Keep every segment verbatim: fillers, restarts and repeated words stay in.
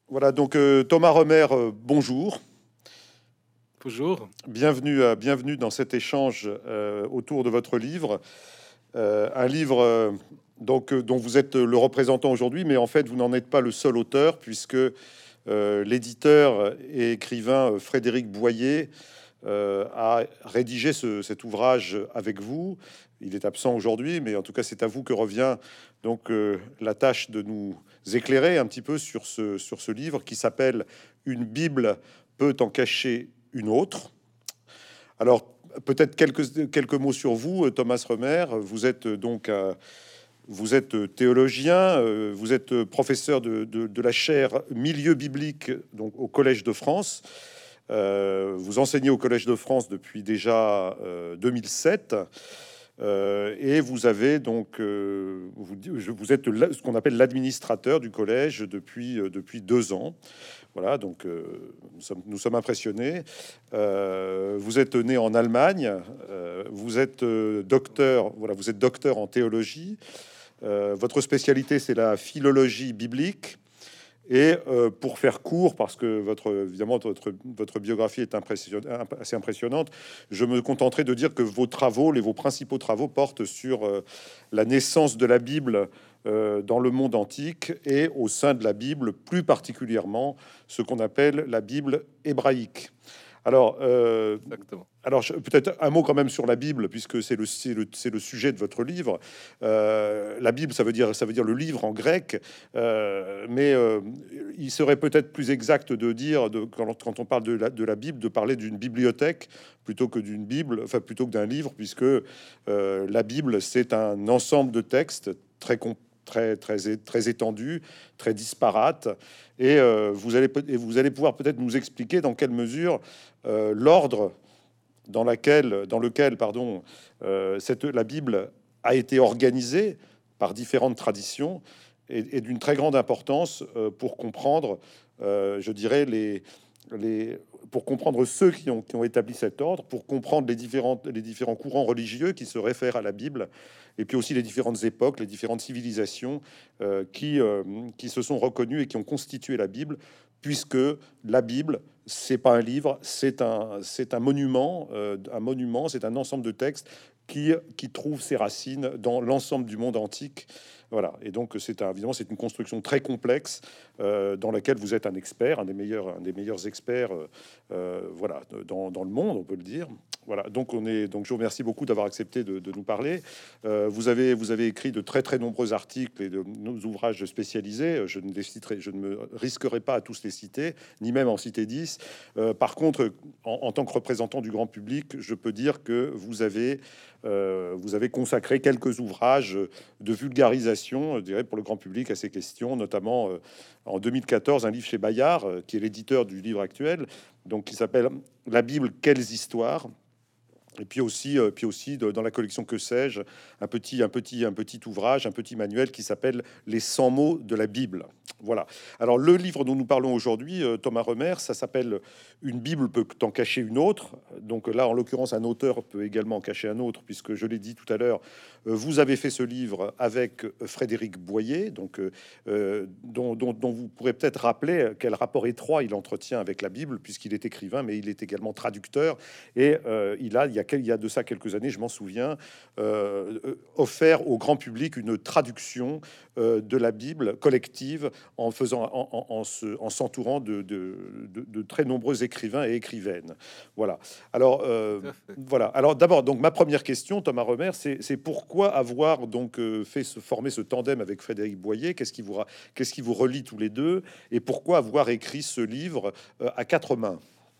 Voilà, donc euh, Thomas Romer, euh, bonjour. Bonjour. Bienvenue, euh, bienvenue dans cet échange euh, autour de votre livre. Euh, un livre euh, donc, euh, dont vous êtes le représentant aujourd'hui, mais en fait, vous n'en êtes pas le seul auteur, puisque euh, l'éditeur et écrivain euh, Frédéric Boyer euh, a rédigé ce- cet ouvrage avec vous. Il est absent aujourd'hui, mais en tout cas, c'est à vous que revient donc euh, la tâche de nous éclairer un petit peu sur ce, sur ce livre qui s'appelle Une Bible peut en cacher une autre. Alors, peut-être quelques, quelques mots sur vous, euh, Thomas Remer. Vous êtes euh, donc un- vous êtes théologien, euh, vous êtes professeur de, de- de la chaire Milieu biblique donc au Collège de France. Euh, vous enseignez au Collège de France depuis déjà euh, deux mille sept. Euh, et vous avez donc, euh, vous, je- vous êtes la- ce qu'on appelle l'administrateur du collège depuis, euh, depuis deux ans. Voilà, donc euh, nous, sommes, nous sommes impressionnés. Euh, vous êtes né en Allemagne, euh, vous êtes euh, docteur, voilà, vous êtes docteur en théologie. Euh, votre spécialité, c'est la philologie biblique. Et euh, pour faire court, parce que votre, évidemment, votre, votre biographie est impression- assez impressionnante, je me contenterai de dire que vos travaux, les, vos principaux travaux, portent sur euh, la naissance de la Bible euh, dans le monde antique et au sein de la Bible, plus particulièrement ce qu'on appelle la Bible hébraïque. Alors, euh, Exactement. alors je- peut-être un mot quand même sur la Bible, puisque c'est le, c'est le, c'est le sujet de votre livre. Euh, la Bible, ça veut dire, ça veut dire le livre en grec, euh, mais euh, il serait peut-être plus exact de dire, de, quand, quand on parle de la, de la Bible, de parler d'une bibliothèque plutôt que d'une Bible, enfin plutôt que d'un livre, puisque euh, la Bible, c'est un ensemble de textes très complexes, très, très, très étendu, très disparate, et euh, vous allez peut- et vous allez pouvoir peut-être nous expliquer dans quelle mesure euh, l'ordre dans laquelle, dans lequel, pardon, euh, cette, la Bible a été organisée par différentes traditions et, et d'une très grande importance euh, pour comprendre, euh, je dirais, les, les, pour comprendre ceux qui ont, qui ont établi cet ordre, pour comprendre les, différentes, les différents courants religieux qui se réfèrent à la Bible, et puis aussi les différentes époques, les différentes civilisations euh, qui, euh, qui se sont reconnues et qui ont constitué la Bible, puisque la Bible, c'est pas un livre, c'est un, c'est un monument, euh, un monument, c'est un ensemble de textes qui, qui trouve ses racines dans l'ensemble du monde antique. Voilà, et donc c'est un, évidemment c'est une construction très complexe euh, dans laquelle vous êtes un expert, un des meilleurs, un des meilleurs experts, euh, euh, voilà, dans, dans le monde, on peut le dire. Voilà, donc on est, donc je vous remercie beaucoup d'avoir accepté de, de nous parler. Euh, vous avez, vous avez écrit de très très nombreux articles et de nos ouvrages spécialisés. Je ne les citerai, je ne me risquerai pas à tous les citer, ni même en citer dix. Euh, par contre, en, en tant que représentant du grand public, je peux dire que vous avez, euh, vous avez consacré quelques ouvrages de vulgarisation, je dirais, pour le grand public à ces questions, notamment euh, en deux mille quatorze, un livre chez Bayard, euh, qui est l'éditeur du livre actuel, donc qui s'appelle La Bible, quelles histoires. Et puis aussi, euh, puis aussi de- dans la collection Que sais-je, un petit, un petit, un petit ouvrage, un petit manuel qui s'appelle Les cent mots de la Bible. Voilà. Alors le livre dont nous parlons aujourd'hui, euh, Thomas Remer, ça s'appelle Une Bible peut en cacher une autre. Donc là, en l'occurrence, un auteur peut également en cacher un autre, puisque je l'ai dit tout à l'heure, euh, vous avez fait ce livre avec euh, Frédéric Boyer, donc euh, euh, dont, dont- dont vous pourrez peut-être rappeler quel rapport étroit il entretient avec la Bible, puisqu'il est écrivain, mais il est également traducteur. Et euh, il a, il y a, quel- il y a de ça quelques années, je m'en souviens, euh, euh, offert au grand public une traduction euh, de la Bible collective en faisant, en, en- en se- en s'entourant de, de- de- de très nombreux écrivains et écrivaines. Voilà. Alors, euh, Tout à fait. voilà. Alors, d'abord, donc ma première question, Thomas Remer, c'est c'est pourquoi avoir donc euh, fait se former ce tandem avec Frédéric Boyer. Qu'est-ce qui vous, ra- qu'est-ce qui vous relie tous les deux, et pourquoi avoir écrit ce livre euh, à quatre mains?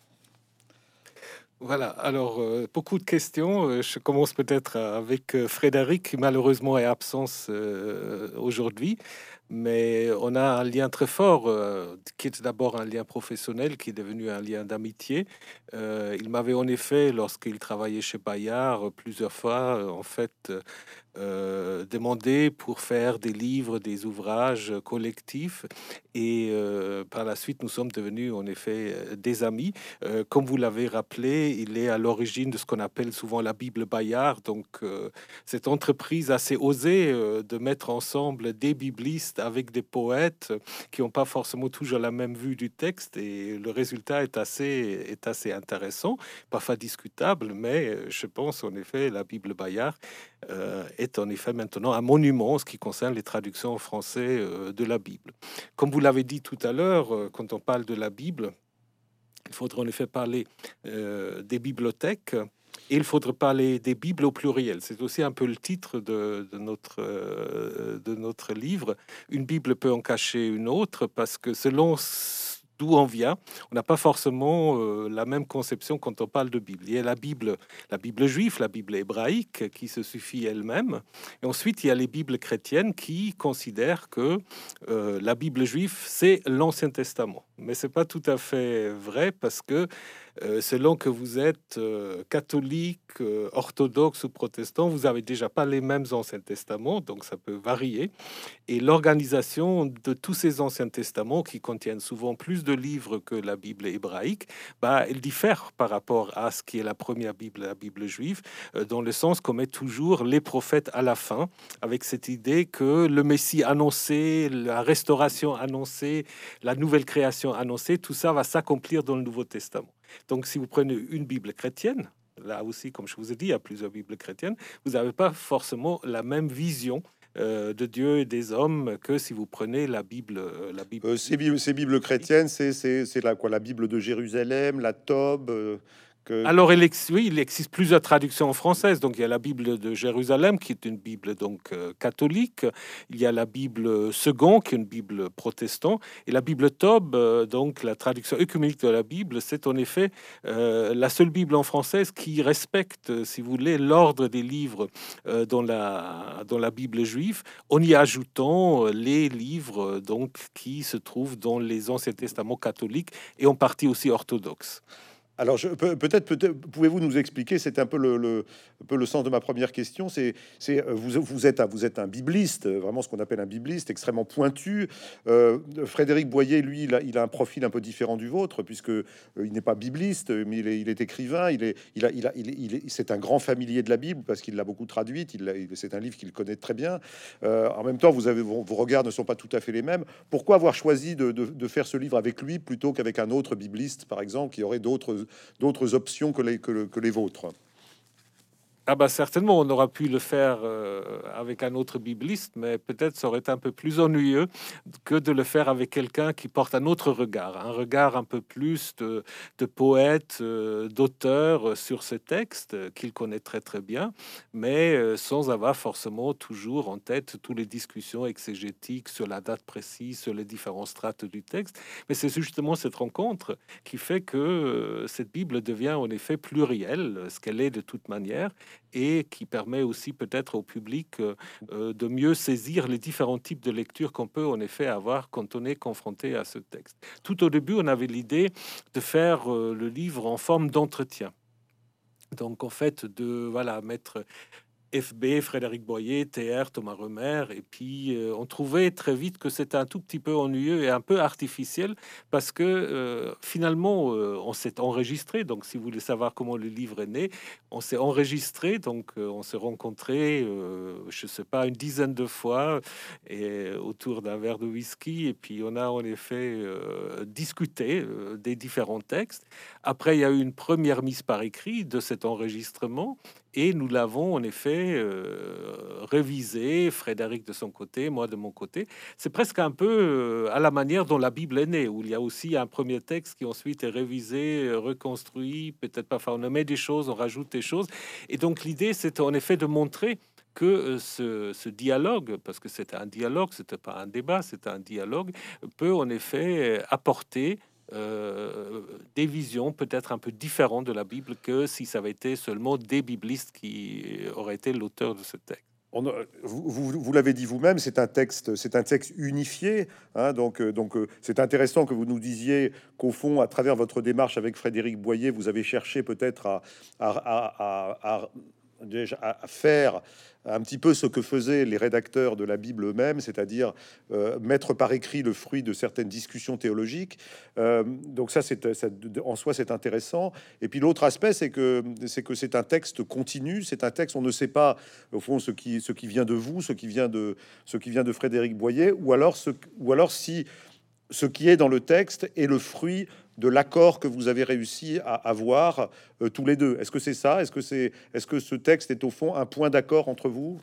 Voilà, alors euh, beaucoup de questions. Euh, Je commence peut-être avec euh, Frédéric, qui malheureusement est absent euh, aujourd'hui, mais on a un lien très fort, euh, qui est d'abord un lien professionnel, qui est devenu un lien d'amitié. Euh, il m'avait en effet, lorsqu'il travaillait chez Bayard, euh, plusieurs fois, euh, en fait, euh, euh, demandé pour faire des livres, des ouvrages collectifs. Et euh, par la suite, nous sommes devenus en effet euh, des amis. Euh, comme vous l'avez rappelé, il est à l'origine de ce qu'on appelle souvent la Bible Bayard. Donc, euh, cette entreprise assez osée euh, de mettre ensemble des biblistes avec des poètes qui n'ont pas forcément toujours la même vue du texte, et le résultat est assez, est assez intéressant, parfois discutable, mais je pense en effet la Bible Bayard euh, est en effet maintenant un monument en ce qui concerne les traductions en français euh, de la Bible. Comme vous l'avez dit tout à l'heure, euh, quand on parle de la Bible, il faudra en effet parler euh, des bibliothèques. Et il faudrait parler des Bibles au pluriel. C'est aussi un peu le titre de, de notre, euh, de notre livre. Une Bible peut en cacher une autre parce que selon d'où on vient, on n'a pas forcément euh, la même conception quand on parle de Bible. Il y a la Bible, la Bible juive, la Bible hébraïque qui se suffit elle-même. Et ensuite, il y a les Bibles chrétiennes qui considèrent que euh, la Bible juive, c'est l'Ancien Testament. Mais c'est pas tout à fait vrai parce que euh, selon que vous êtes euh, catholique, euh, orthodoxe ou protestant, vous avez déjà pas les mêmes Anciens Testaments, donc ça peut varier. Et l'organisation de tous ces Anciens Testaments, qui contiennent souvent plus de livres que la Bible hébraïque, bah, elle diffère par rapport à ce qui est la première Bible, la Bible juive, euh, dans le sens qu'on met toujours les prophètes à la fin, avec cette idée que le Messie annoncé, la restauration annoncée, la nouvelle création annoncée, tout ça va s'accomplir dans le Nouveau Testament. Donc, si vous prenez une Bible chrétienne, là aussi, comme je vous ai dit, il y a plusieurs Bibles chrétiennes, vous n'avez pas forcément la même vision euh, de Dieu et des hommes que si vous prenez la Bible. euh, La Bible. Euh, ces, Bibles, ces Bibles chrétiennes, c'est c'est c'est la quoi, la Bible de Jérusalem, la Tob. euh, que, Alors, il, ex- oui, il existe plusieurs traductions en française. Donc, il y a la Bible de Jérusalem, qui est une Bible donc euh, catholique. Il y a la Bible Second, qui est une Bible protestante. Et la Bible Tob, euh, donc la traduction œcuménique de la Bible, c'est en effet euh, la seule Bible en française qui respecte, euh, si vous voulez, l'ordre des livres euh, dans la dans la Bible juive, en y ajoutant euh, les livres euh, donc qui se trouvent dans les Anciens Testaments catholiques et en partie aussi orthodoxes. Alors, je, peut- peut-être, peut-être, pouvez-vous nous expliquer, c'est un peu le, le- un peu le sens de ma première question, c'est, c'est euh, vous, vous êtes un, vous êtes un bibliste, euh, vraiment ce qu'on appelle un bibliste, extrêmement pointu. Euh, Frédéric Boyer, lui, il a, il a un profil un peu différent du vôtre, puisque euh, il n'est pas bibliste, mais il est, il est écrivain, il est, il a, il a, il est, il est- c'est un grand familier de la Bible parce qu'il l'a beaucoup traduite. Il, l'a- il- c'est un livre qu'il connaît très bien. Euh, en même temps, vous avez, vos, vos regards ne sont pas tout à fait les mêmes. Pourquoi avoir choisi de, de- de faire ce livre avec lui plutôt qu'avec un autre bibliste, par exemple, qui aurait d'autres d'autres options que les, que, le- que les vôtres? Ah bah certainement, on aura pu le faire euh, avec un autre bibliste, mais peut-être ça aurait été un peu plus ennuyeux que de le faire avec quelqu'un qui porte un autre regard, un regard un peu plus de, de poète, euh, d'auteur euh, sur ce texte euh, qu'il connaît très très bien, mais euh, sans avoir forcément toujours en tête toutes les discussions exégétiques sur la date précise, sur les différents strates du texte. Mais c'est justement cette rencontre qui fait que euh, cette Bible devient en effet plurielle, ce qu'elle est de toute manière, et qui permet aussi peut-être au public euh, euh, de mieux saisir les différents types de lectures qu'on peut en effet avoir quand on est confronté à ce texte. Tout au début, on avait l'idée de faire euh, le livre en forme d'entretien. Donc, en fait, de voilà mettre F B, Frédéric Boyer, T R, Thomas Remer, et puis euh, on trouvait très vite que c'était un tout petit peu ennuyeux et un peu artificiel parce que euh, finalement euh, on s'est enregistré. Donc, si vous voulez savoir comment le livre est né, on s'est enregistré. Donc, euh, on s'est rencontré, euh, je sais pas, une dizaine de fois et autour d'un verre de whisky, et puis on a en effet euh, discuté euh, des différents textes. Après, il y a eu une première mise par écrit de cet enregistrement. Et nous l'avons en effet euh, révisé, Frédéric de son côté, moi de mon côté. C'est presque un peu euh, à la manière dont la Bible est née, où il y a aussi un premier texte qui ensuite est révisé, euh, reconstruit, peut-être parfois on met des choses, on rajoute des choses. Et donc l'idée, c'était en effet de montrer que euh, ce, ce dialogue, parce que c'était un dialogue, c'était pas un débat, c'était un dialogue, peut en effet apporter euh, des visions peut-être un peu différentes de la Bible que si ça avait été seulement des biblistes qui auraient été l'auteur de ce texte. On a- vous vous- vous l'avez dit vous-même, c'est un texte, c'est un texte unifié, hein, donc, euh, donc euh, c'est intéressant que vous nous disiez qu'au fond, à travers votre démarche avec Frédéric Boyer, vous avez cherché peut-être à, à- à- à- à déjà à, à faire un petit peu ce que faisaient les rédacteurs de la Bible eux-mêmes, c'est-à-dire euh, mettre par écrit le fruit de certaines discussions théologiques. Euh, donc ça, c'est ça, en soi, c'est intéressant. Et puis l'autre aspect, c'est que c'est que c'est un texte continu, c'est un texte, on ne sait pas au fond ce qui ce qui vient de vous, ce qui vient de ce qui vient de Frédéric Boyer, ou alors ce ou alors si ce qui est dans le texte est le fruit de l'accord que vous avez réussi à avoir euh, tous les deux. Est-ce que c'est ça? Est-ce que c'est, est-ce que ce texte est au fond un point d'accord entre vous?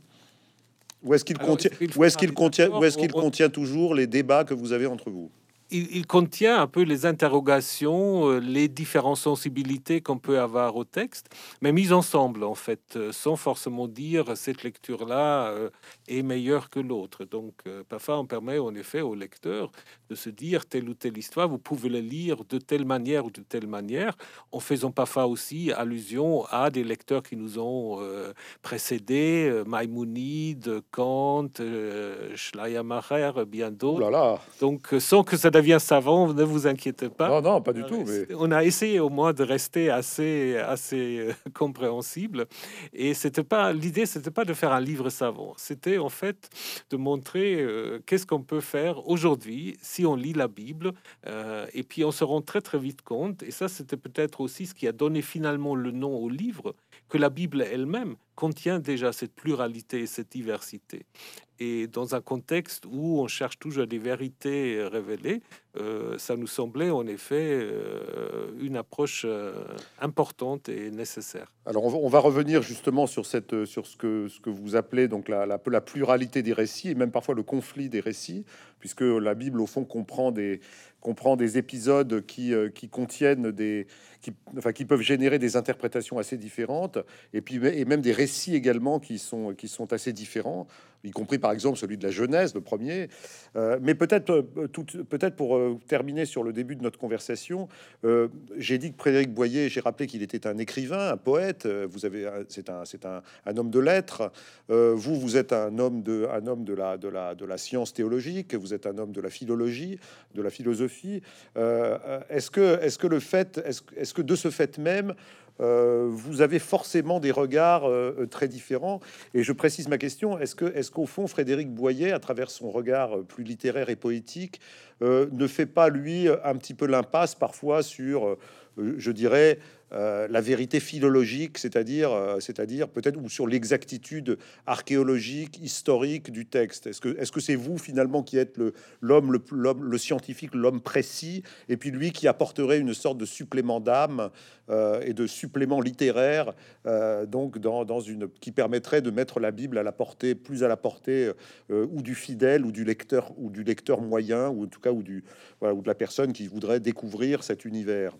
Ou est-ce qu'il Alors, contient, est-ce qu'il ou faut est-ce qu'il un contient, ou accord? est-ce qu'il On- on- contient toujours les débats que vous avez entre vous? il, il contient un peu les interrogations, euh, les différentes sensibilités qu'on peut avoir au texte, mais mises ensemble, en fait, euh, sans forcément dire cette lecture-là euh, est meilleure que l'autre. Donc, euh, parfois, on permet en effet au lecteur de se dire telle ou telle histoire, vous pouvez le lire de telle manière ou de telle manière, en faisant parfois aussi allusion à des lecteurs qui nous ont euh, précédés, euh, Maïmonide, Kant, euh, Schleiermacher, bien Ouh là d'autres. là. Donc, euh, sans que ça devienne savant, ne vous inquiétez pas. Non, non, pas du Euh, tout. Mais c'est- On a essayé au moins de rester assez, assez euh, compréhensible. Et c'était pas l'idée, c'était pas de faire un livre savant. C'était en fait de montrer euh, qu'est-ce qu'on peut faire aujourd'hui si on lit la Bible. Euh, et puis on se rend très très vite compte. Et ça, c'était peut-être aussi ce qui a donné finalement le nom au livre, que la Bible elle-même contient déjà cette pluralité et cette diversité. Et dans un contexte où on cherche toujours des vérités euh, révélées, euh, ça nous semblait en effet euh, une approche euh, importante et nécessaire. alors, on va, on va revenir justement sur cette, sur ce que, ce que vous appelez donc la, la, la pluralité des récits et même parfois le conflit des récits, puisque la Bible au fond comprend des, comprend des épisodes qui, euh, qui contiennent des, qui, enfin, qui peuvent générer des interprétations assez différentes, et puis et même des récits également qui sont, qui sont assez différents, y compris par exemple celui de la Genèse, le premier. Euh, mais peut-être, euh, tout, peut-être pour euh, terminer sur le début de notre conversation, euh, j'ai dit que Frédéric Boyer, j'ai rappelé qu'il était un écrivain, un poète. euh, Vous avez, un- c'est un, c'est un, un homme de lettres. Euh, vous, vous êtes un homme de, un homme de la, de la, de la science théologique. Vous êtes un homme de la philologie, de la philosophie. Euh, euh, est-ce que, est-ce que le fait, est-ce, est-ce que de ce fait même, euh, vous avez forcément des regards euh, très différents? Et je précise ma question, est-ce que, est-ce qu'au fond, Frédéric Boyer, à travers son regard plus littéraire et poétique, euh, ne fait pas, lui, un petit peu l'impasse parfois sur, euh, je dirais, euh, la vérité philologique, c'est-à-dire, euh, c'est-à-dire peut-être, ou sur l'exactitude archéologique, historique du texte? Est-ce que, est-ce que c'est vous finalement qui êtes le, l'homme, le, l'homme, le scientifique, l'homme précis, et puis lui qui apporterait une sorte de supplément d'âme euh, et de supplément littéraire, euh, donc dans, dans une qui permettrait de mettre la Bible à la portée, plus à la portée euh, ou du fidèle ou du lecteur ou du lecteur moyen, ou en tout cas ou du voilà, ou de la personne qui voudrait découvrir cet univers?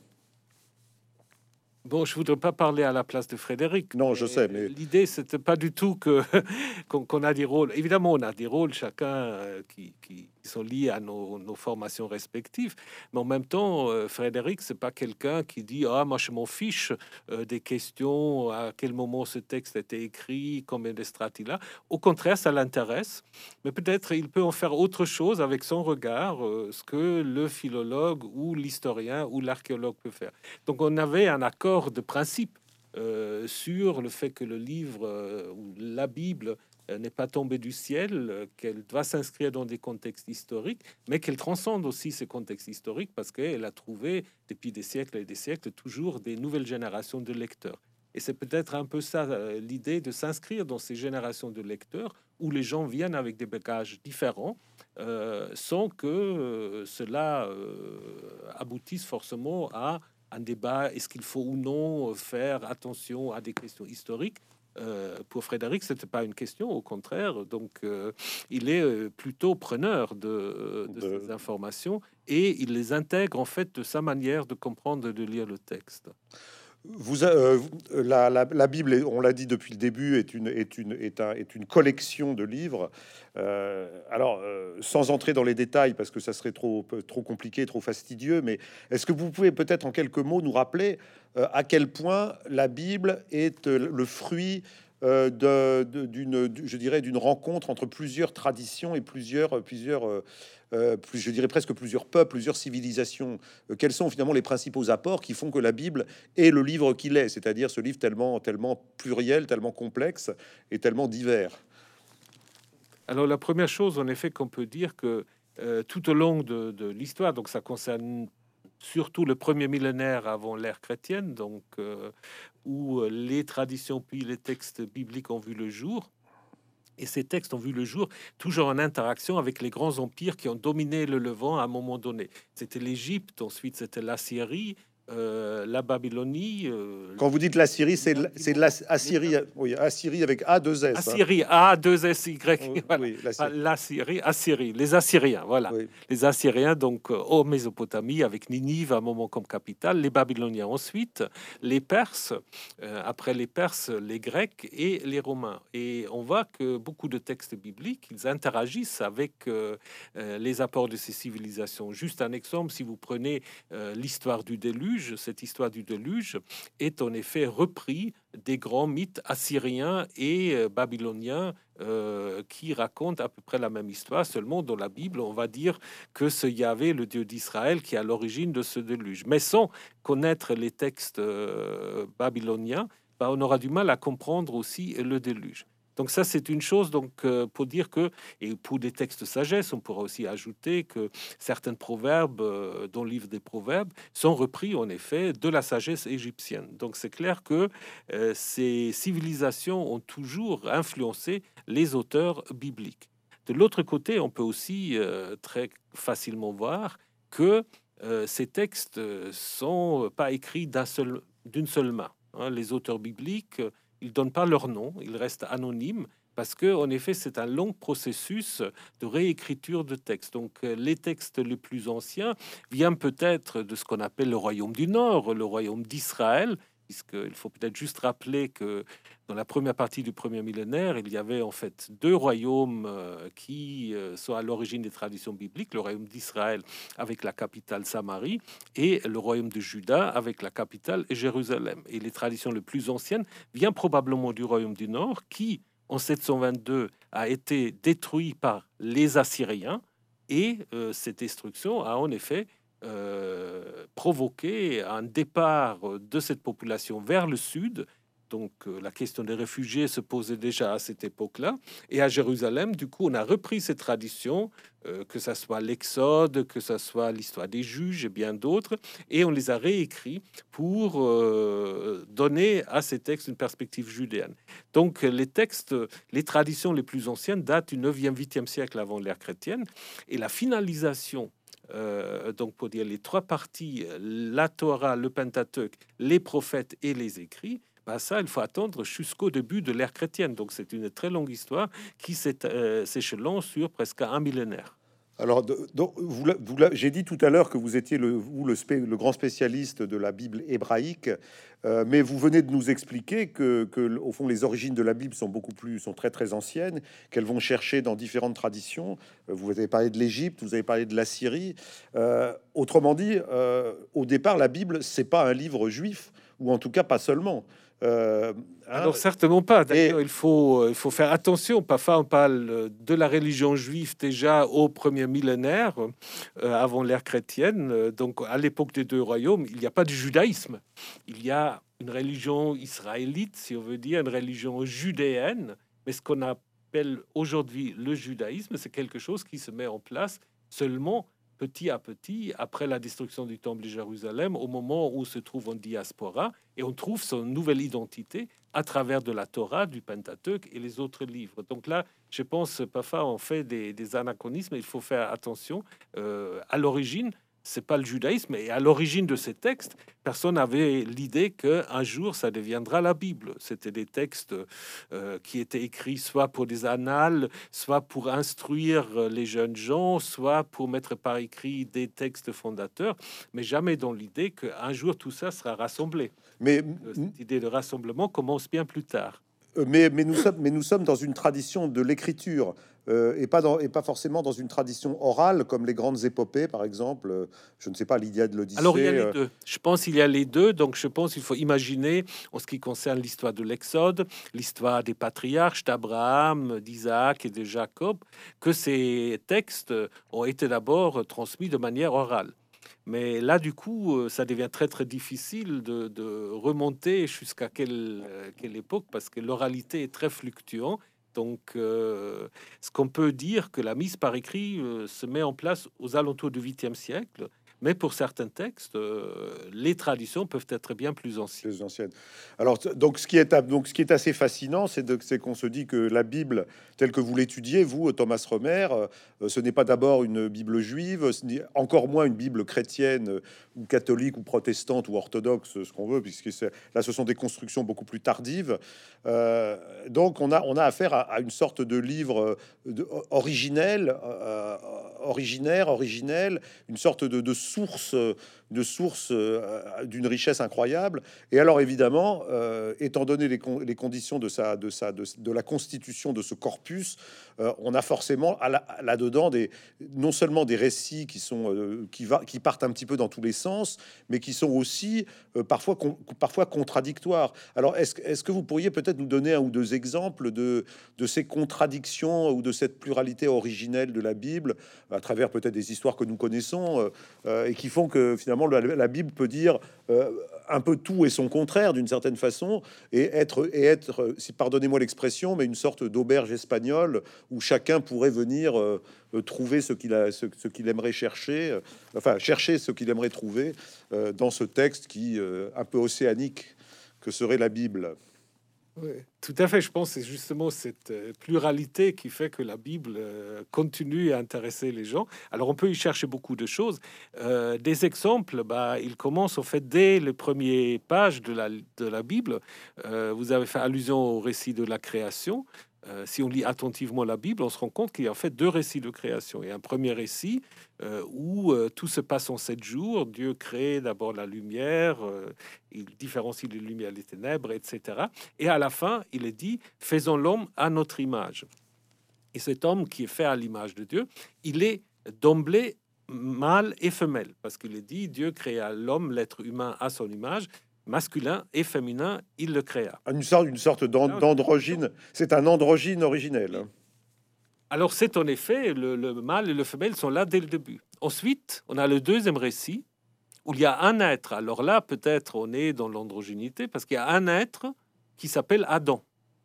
Bon, je voudrais pas parler à la place de Frédéric, Non, je sais, mais mais l'idée, c'était pas du tout que qu'on qu'on a des rôles. Évidemment, on a des rôles chacun euh, qui, qui sont liés à nos, nos formations respectives, mais en même temps, euh, Frédéric, c'est pas quelqu'un qui dit ah moi je m'en fiche euh, des questions, à quel moment ce texte a été écrit, combien de strates il a. Au contraire, ça l'intéresse, mais peut-être il peut en faire autre chose avec son regard, euh, ce que le philologue ou l'historien ou l'archéologue peut faire. Donc on avait un accord de principe euh, sur le fait que le livre euh, ou la Bible euh, n'est pas tombée du ciel, euh, qu'elle doit s'inscrire dans des contextes historiques, mais qu'elle transcende aussi ces contextes historiques parce qu'elle a trouvé depuis des siècles et des siècles toujours des nouvelles générations de lecteurs. Et c'est peut-être un peu ça euh, l'idée de s'inscrire dans ces générations de lecteurs où les gens viennent avec des bagages différents euh, sans que euh, cela euh, aboutisse forcément à un débat, est-ce qu'il faut ou non faire attention à des questions historiques? Euh, pour Frédéric, c'était pas une question, au contraire. Donc, euh, il est euh, plutôt preneur de, de de, ces informations et il les intègre en fait de sa manière de comprendre et de lire le texte. Vous, euh, la, la, la Bible, est- on l'a dit depuis le début, est une, est une, est un, est une collection de livres. Euh, alors, euh, sans entrer dans les détails, parce que ça serait trop, trop compliqué, trop fastidieux, mais est-ce que vous pouvez peut-être en quelques mots nous rappeler euh, à quel point la Bible est euh, le fruit euh, de- de- d'une, je dirais, d'une rencontre entre plusieurs traditions et plusieurs, plusieurs, euh, euh, plus, je dirais presque plusieurs peuples, plusieurs civilisations. Euh, quels sont finalement les principaux apports qui font que la Bible est le livre qu'il est, c'est-à-dire ce livre tellement, tellement pluriel, tellement complexe et tellement divers. Alors la première chose, en effet, qu'on peut dire que euh, tout au long de, de l'histoire, donc ça concerne surtout le premier millénaire avant l'ère chrétienne, donc euh, où euh, les traditions puis les textes bibliques ont vu le jour. Et ces textes ont vu le jour toujours en interaction avec les grands empires qui ont dominé le Levant à un moment donné. C'était l'Égypte, ensuite c'était la Syrie, euh, la Babylonie, euh, Quand vous dites la Syrie, c'est l- c'est la Assyrie, les- oui, Assyrie avec A deux S. Hein. Assyrie, A, deux S, Y, Oui, voilà. oui, la Pas Syrie. l'Assyrie, Assyrie, les Assyriens, voilà. Oui. Les Assyriens, donc, euh, en Mésopotamie, avec Ninive à un moment comme capitale, les Babyloniens ensuite, les Perses, euh, après les Perses, les Grecs et les Romains. Et on voit que beaucoup de textes bibliques, ils interagissent avec euh, euh, les apports de ces civilisations. Juste un exemple, si vous prenez euh, l'histoire du déluge, cette histoire du déluge est en effet repris des grands mythes assyriens et euh, babyloniens euh, qui racontent à peu près la même histoire. Seulement, dans la Bible, on va dire que c'est Yahvé, le Dieu d'Israël, qui est à l'origine de ce déluge. Mais sans connaître les textes euh, babyloniens, bah, on aura du mal à comprendre aussi le déluge. Donc ça, c'est une chose donc euh, pour dire que, et pour des textes de sagesse, on pourra aussi ajouter que certains proverbes euh, dans le livre des proverbes sont repris en effet de la sagesse égyptienne. Donc c'est clair que euh, ces civilisations ont toujours influencé les auteurs bibliques. De l'autre côté, on peut aussi euh, très facilement voir que euh, ces textes sont pas écrits d'un seul, d'une seule main. Hein. Les auteurs bibliques, euh, ils donnent pas leur nom, ils restent anonymes parce que, en effet, c'est un long processus de réécriture de textes. Donc, euh, les textes les plus anciens viennent peut-être de ce qu'on appelle le royaume du Nord, le royaume d'Israël, puisqu'il faut peut-être juste rappeler que dans la première partie du premier millénaire, il y avait en fait deux royaumes euh, qui euh, sont à l'origine des traditions bibliques, le royaume d'Israël avec la capitale Samarie et le royaume de Juda avec la capitale Jérusalem. Et les traditions les plus anciennes viennent probablement du royaume du Nord qui, en sept cent vingt-deux, a été détruit par les Assyriens et euh, cette destruction a en effet euh, provoqué un départ de cette population vers le sud. Donc euh, la question des réfugiés se posait déjà à cette époque-là. Et à Jérusalem, du coup, on a repris ces traditions, euh, que ce soit l'Exode, que ce soit l'histoire des juges et bien d'autres, et on les a réécrits pour euh, donner à ces textes une perspective judéenne. Donc les textes, les traditions les plus anciennes datent du neuvième, huitième siècle avant l'ère chrétienne, et la finalisation euh, donc pour dire les trois parties, la Torah, le Pentateuque, les prophètes et les écrits, bah ça, il faut attendre jusqu'au début de l'ère chrétienne. Donc c'est une très longue histoire qui euh, s'échelonne sur presque un millénaire. Alors, de- donc, vous, l'a- vous l'a- j'ai dit tout à l'heure que vous étiez le, vous, le, spé- le grand spécialiste de la Bible hébraïque, euh, mais vous venez de nous expliquer que, que, au fond, les origines de la Bible sont beaucoup plus, sont très très anciennes, qu'elles vont chercher dans différentes traditions. Euh, Vous avez parlé de l'Égypte, vous avez parlé de la Syrie. Euh, autrement dit, euh, au départ, la Bible, c'est pas un livre juif, ou en tout cas pas seulement. Euh, hein, Alors certainement pas. et D'ailleurs, il faut, il faut faire attention. Parfois, on parle de la religion juive déjà au premier millénaire, euh, avant l'ère chrétienne. Euh, Donc, à l'époque des deux royaumes, il n'y a pas de judaïsme. Il y a une religion israélite, si on veut dire, une religion judéenne. Mais ce qu'on appelle aujourd'hui le judaïsme, c'est quelque chose qui se met en place seulement petit à petit après la destruction du temple de Jérusalem, au moment où on se trouve en diaspora, et on trouve son nouvelle identité à travers de la Torah, du Pentateuque et les autres livres. Donc là, je pense, parfois, on fait des, des anachronismes. Il faut faire attention. Euh, à l'origine, c'est pas le judaïsme, et à l'origine de ces textes, personne n'avait l'idée qu'un jour, ça deviendra la Bible. C'était des textes euh, qui étaient écrits soit pour des annales, soit pour instruire les jeunes gens, soit pour mettre par écrit des textes fondateurs, mais jamais dans l'idée qu'un jour, tout ça sera rassemblé. mais Euh, Cette idée de rassemblement commence bien plus tard. Euh, Mais, mais, nous sommes, mais nous sommes dans une tradition de l'écriture euh, et, pas dans, et pas forcément dans une tradition orale comme les grandes épopées, par exemple. euh, Je ne sais pas, l'Iliade, Alors, il y a l'Odyssée. les euh, deux. Je pense qu'il y a les deux. Donc, je pense qu'il faut imaginer, en ce qui concerne l'histoire de l'Exode, l'histoire des patriarches d'Abraham, d'Isaac et de Jacob, que ces textes ont été d'abord transmis de manière orale. Mais là, du coup, euh, ça devient très, très difficile de, de remonter jusqu'à quelle, euh, quelle époque, parce que l'oralité est très fluctuante. Donc, euh, ce qu'on peut dire que la mise par écrit euh, se met en place aux alentours du huitième siècle, mais pour certains textes, euh, les traditions peuvent être bien plus anciennes. les anciennes. Alors, t- donc, ce qui est, donc, ce qui est assez fascinant, c'est de- c'est qu'on se dit que la Bible, telle que vous l'étudiez, vous, Thomas Romer, euh, ce n'est pas d'abord une Bible juive, ce n'est encore moins une Bible chrétienne euh, ou catholique ou protestante ou orthodoxe, ce qu'on veut, puisque c'est- là, ce sont des constructions beaucoup plus tardives. Euh, donc, on a, on a affaire à, à une sorte de livre euh, de- originel, euh, originaire, originel, une sorte de, de source, de source euh, d'une richesse incroyable. Et alors évidemment, euh, étant donné les, con- les conditions de, sa, de, sa, de, de la constitution de ce corpus, euh, on a forcément à la- là-dedans des, non seulement des récits qui, sont, euh, qui, va, qui partent un petit peu dans tous les sens, mais qui sont aussi euh, parfois, con- parfois contradictoires. Alors est-ce, que- est-ce que vous pourriez peut-être nous donner un ou deux exemples de, de ces contradictions ou de cette pluralité originelle de la Bible, à travers peut-être des histoires que nous connaissons, euh, euh, et qui font que finalement la, la Bible peut dire euh, un peu tout et son contraire d'une certaine façon, et être, et être, si pardonnez-moi l'expression, mais une sorte d'auberge espagnole où chacun pourrait venir euh, euh, trouver ce qu'il a, ce, ce qu'il aimerait chercher, euh, enfin chercher ce qu'il aimerait trouver euh, dans ce texte qui euh, un peu océanique que serait la Bible. Oui, tout à fait. Je pense que c'est justement cette euh, pluralité qui fait que la Bible euh, continue à intéresser les gens. Alors, on peut y chercher beaucoup de choses. Euh, des exemples, bah, ils commencent en fait dès les premières pages de la, de la Bible. Euh, vous avez fait allusion au récit de la création. Euh, si on lit attentivement la Bible, on se rend compte qu'il y a en fait deux récits de création. Il y a un premier récit euh, où euh, tout se passe en sept jours. Dieu crée d'abord la lumière, euh, il différencie les lumières et les ténèbres, et cetera. Et à la fin, il est dit, faisons l'homme à notre image. Et cet homme qui est fait à l'image de Dieu, il est d'emblée mâle et femelle, parce qu'il est dit, Dieu créa l'homme, l'être humain, à son image, masculin et féminin, il le créa. Une sorte, une sorte d'an- Là, on a une vision. d'androgyne. C'est un androgyne originel, Oui. hein. Alors c'est en effet, le, le mâle et le femelle sont là dès le début. Ensuite, on a le deuxième récit, où il y a un être. Alors là, peut-être on est dans l'androgynité, parce qu'il y a un être qui s'appelle Adam,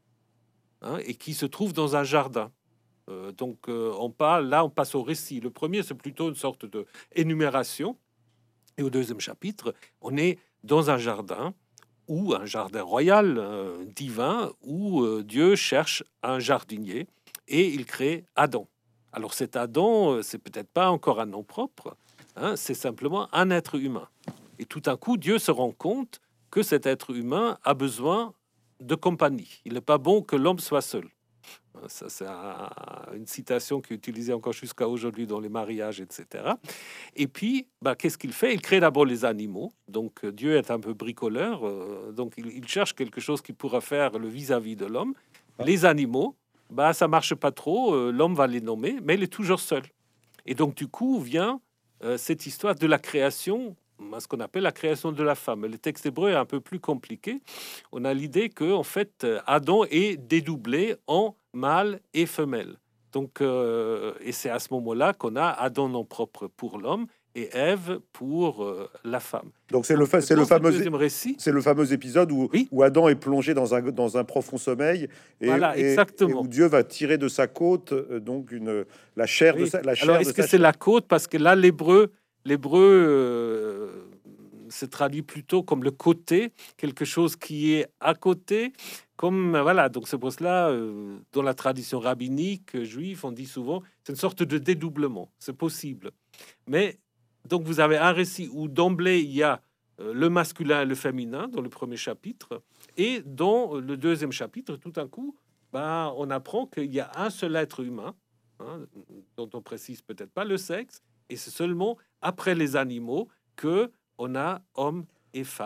hein, et qui se trouve dans un jardin. Euh, donc euh, on parle, là on passe au récit. Le premier, c'est plutôt une sorte de énumération. Et au deuxième chapitre, on est dans un jardin, ou un jardin royal, euh, divin, où euh, Dieu cherche un jardinier et il crée Adam. Alors cet Adam, euh, c'est peut-être pas encore un nom propre, hein, c'est simplement un être humain. Et tout à coup, Dieu se rend compte que cet être humain a besoin de compagnie. Il n'est pas bon que l'homme soit seul. Ça, c'est un- une citation qui est utilisée encore jusqu'à aujourd'hui dans les mariages, et cetera. Et puis, bah, qu'est-ce qu'il fait? Il crée d'abord les animaux. Donc, euh, Dieu est un peu bricoleur. euh, donc, il, il cherche quelque chose qui pourra faire le vis-à-vis de l'homme. Les animaux, bah, ça marche pas trop. euh, l'homme va les nommer, mais il est toujours seul. Et donc, du coup, vient euh, cette histoire de la création, bah, ce qu'on appelle la création de la femme. Le texte hébreu est un peu plus compliqué. On a l'idée que, en fait, euh, Adam est dédoublé en mâle et femelle. Donc, euh, et c'est à ce moment-là qu'on a Adam non propre pour l'homme et Ève pour euh, la femme. Donc c'est le, Donc, fa- c'est le dans ce fameux, deuxième récit, c'est le fameux épisode où, oui, où Adam est plongé dans un, dans un profond sommeil et, voilà, et- et où exactement. Dieu va tirer de sa côte euh, donc une, la chair de Oui. sa, la Alors, chair de est-ce que sa c'est chair. la côte? Parce que là, l'hébreu, l'hébreu euh, se traduit plutôt comme le côté, quelque chose qui est à côté. Comme euh, voilà, donc c'est pour cela, euh, dans la tradition rabbinique euh, juive, on dit souvent, c'est une sorte de dédoublement. C'est possible. Mais donc vous avez un récit où d'emblée il y a euh, le masculin et le féminin dans le premier chapitre, et dans le deuxième chapitre, tout d'un coup, ben, on apprend qu'il y a un seul être humain, hein, dont on précise peut-être pas le sexe, et c'est seulement après les animaux que on a homme et femme,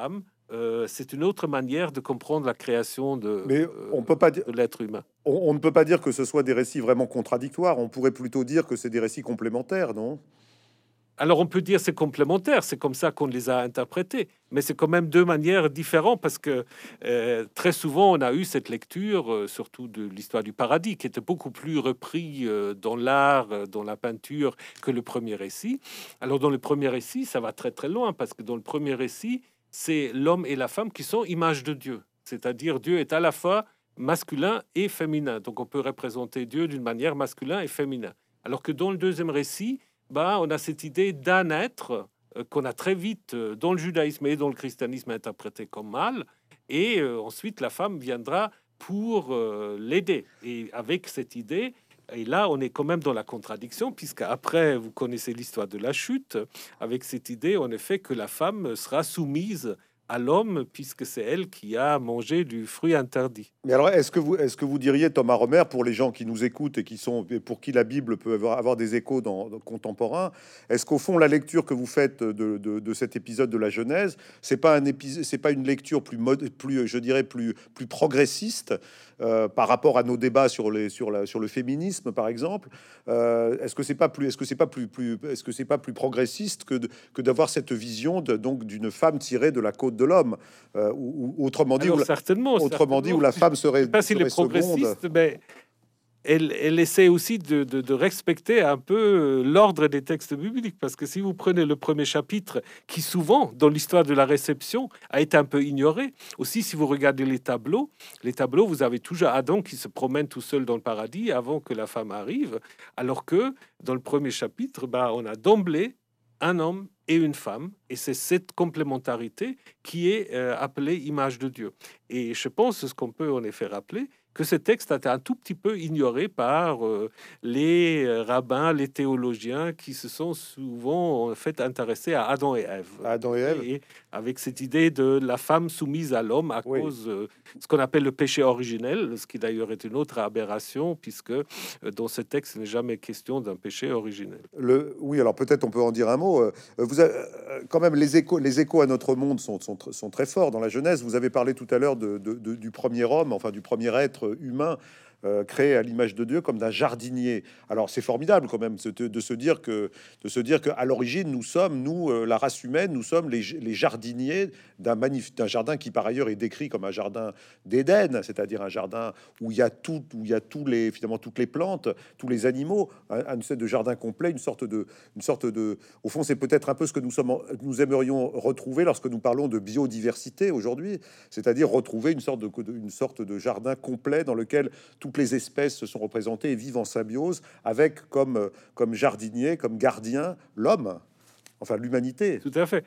euh, c'est une autre manière de comprendre la création de, Mais euh, on peut pas dire, de l'être humain. on, on ne peut pas dire que ce soit des récits vraiment contradictoires. On pourrait plutôt dire que c'est des récits complémentaires, non? Alors on peut dire c'est complémentaire, c'est comme ça qu'on les a interprétés, mais c'est quand même deux manières différentes parce que euh, très souvent on a eu cette lecture, euh, surtout de l'histoire du paradis, qui était beaucoup plus repris euh, dans l'art, euh, dans la peinture que le premier récit. Alors dans le premier récit, ça va très très loin parce que dans le premier récit, c'est l'homme et la femme qui sont images de Dieu, c'est-à-dire Dieu est à la fois masculin et féminin, donc on peut représenter Dieu d'une manière masculin et féminin. Alors que dans le deuxième récit, bah, on a cette idée d'un être euh, qu'on a très vite euh, dans le judaïsme et dans le christianisme interprété comme mal, et euh, ensuite la femme viendra pour euh, l'aider. Et avec cette idée, et là on est quand même dans la contradiction, puisque après vous connaissez l'histoire de la chute, avec cette idée en effet que la femme sera soumise à l'homme, puisque c'est elle qui a mangé du fruit interdit. Mais alors, est-ce que vous, est-ce que vous diriez, Thomas Romer, pour les gens qui nous écoutent et qui sont, et pour qui la Bible peut avoir, avoir des échos dans, dans- contemporains, est-ce qu'au fond, la lecture que vous faites de, de- de cet épisode de la Genèse, c'est pas un épisode, c'est pas une lecture plus mode, plus, je dirais, plus, plus progressiste euh, par rapport à nos débats sur les, sur la, sur le féminisme, par exemple? Euh, est-ce que c'est pas plus, est-ce que c'est pas plus, plus, est-ce que c'est pas plus progressiste que de- que d'avoir cette vision de, donc d'une femme tirée de la côte de l'homme, euh, ou, ou autrement dit, où Alors la, certainement, autrement dit, où certainement. la femme Je serait, sais pas s'il est serait seconde. progressiste, mais elle, elle essaie aussi de, de- de respecter un peu euh, l'ordre des textes bibliques. Parce que si vous prenez le premier chapitre, qui souvent, dans l'histoire de la réception, a été un peu ignoré, aussi si vous regardez les tableaux, les tableaux, vous avez toujours Adam qui se promène tout seul dans le paradis avant que la femme arrive, alors que dans le premier chapitre, bah, on a d'emblée un homme et une femme, et c'est cette complémentarité qui est euh, appelée image de Dieu. Et je pense ce qu'on peut en effet rappeler, que ce texte a été un tout petit peu ignoré par euh, les euh, rabbins, les théologiens qui se sont souvent en fait intéressés à Adam et Ève. Adam et Ève. Et avec cette idée de la femme soumise à l'homme à Oui. cause de ce qu'on appelle le péché originel, ce qui d'ailleurs est une autre aberration, puisque euh, dans ce texte, il n'est jamais question d'un péché originel. Le, oui, alors peut-être on peut en dire un mot. Euh, Vous avez, euh, quand même, les échos, les échos à notre monde sont, sont, tr- sont très forts dans la Genèse. Vous avez parlé tout à l'heure de, de- de- du premier homme, enfin du premier être humain euh, créé à l'image de Dieu, comme d'un jardinier. Alors c'est formidable quand même de, de se dire que de se dire qu'à l'origine nous sommes, nous, euh, la race humaine, nous sommes les, les jardiniers d'un magnifique d'un jardin qui par ailleurs est décrit comme un jardin d'Éden, c'est-à-dire un jardin où il y a tout, où il y a tous les finalement toutes les plantes, tous les animaux, un, un sorte de jardin complet, une sorte de, une sorte de. Au fond, c'est peut-être un peu ce que nous sommes, en- nous aimerions retrouver lorsque nous parlons de biodiversité aujourd'hui, c'est-à-dire retrouver une sorte de, de- une sorte de jardin complet dans lequel toutes les espèces se sont représentées et vivent en symbiose avec comme, euh, comme jardinier, comme gardien, l'homme, enfin l'humanité. Tout à fait.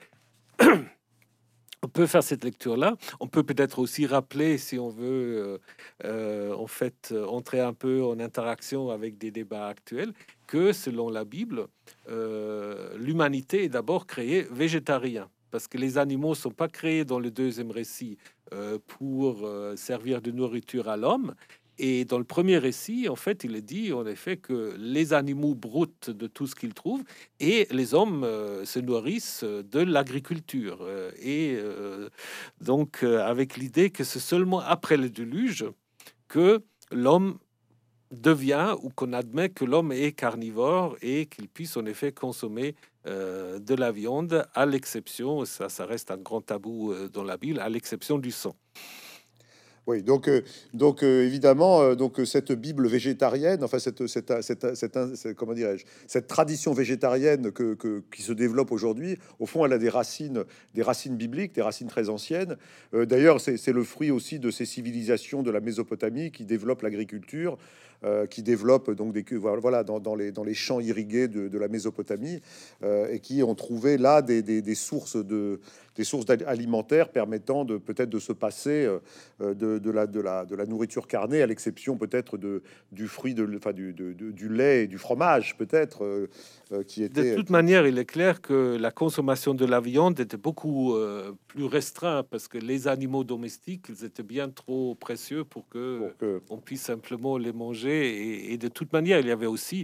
On peut faire cette lecture-là. On peut peut-être aussi rappeler, si on veut, euh, euh, en fait, euh, entrer un peu en interaction avec des débats actuels, que selon la Bible, euh, l'humanité est d'abord créée végétarien. Parce que les animaux ne sont pas créés dans le deuxième récit euh, pour euh, servir de nourriture à l'homme. Et dans le premier récit, en fait, il est dit en effet que les animaux broutent de tout ce qu'ils trouvent et les hommes euh, se nourrissent de l'agriculture. Euh, et euh, donc, euh, avec l'idée que c'est seulement après le déluge que l'homme devient ou qu'on admet que l'homme est carnivore et qu'il puisse en effet consommer euh, de la viande, à l'exception, ça, ça reste un grand tabou euh, dans la Bible, à l'exception du sang. Oui, donc, euh, donc euh, évidemment, euh, donc euh, cette Bible végétarienne, enfin cette, cette, cette, cette- cette- comment dirais-je, cette tradition végétarienne que, que- qui se développe aujourd'hui, au fond, elle a des racines, des racines bibliques, des racines très anciennes. Euh, d'ailleurs, c'est c'est le fruit aussi de ces civilisations de la Mésopotamie qui développent l'agriculture, euh, qui développent donc des voilà dans, dans les dans les champs irrigués de, de la Mésopotamie euh, et qui ont trouvé là des, des- des sources de des sources d'al- alimentaires permettant de peut-être de se passer euh, euh, de, de la, de, la, de la nourriture carnée, à l'exception peut-être de, du fruit, de, enfin, du, de- de- du lait et du fromage, peut-être, euh, euh, qui De était. toute qui- manière, il est clair que la consommation de la viande était beaucoup euh, plus restreinte parce que les animaux domestiques, ils étaient bien trop précieux pour que pour que- on puisse simplement les manger. Et, et de toute manière, il y avait aussi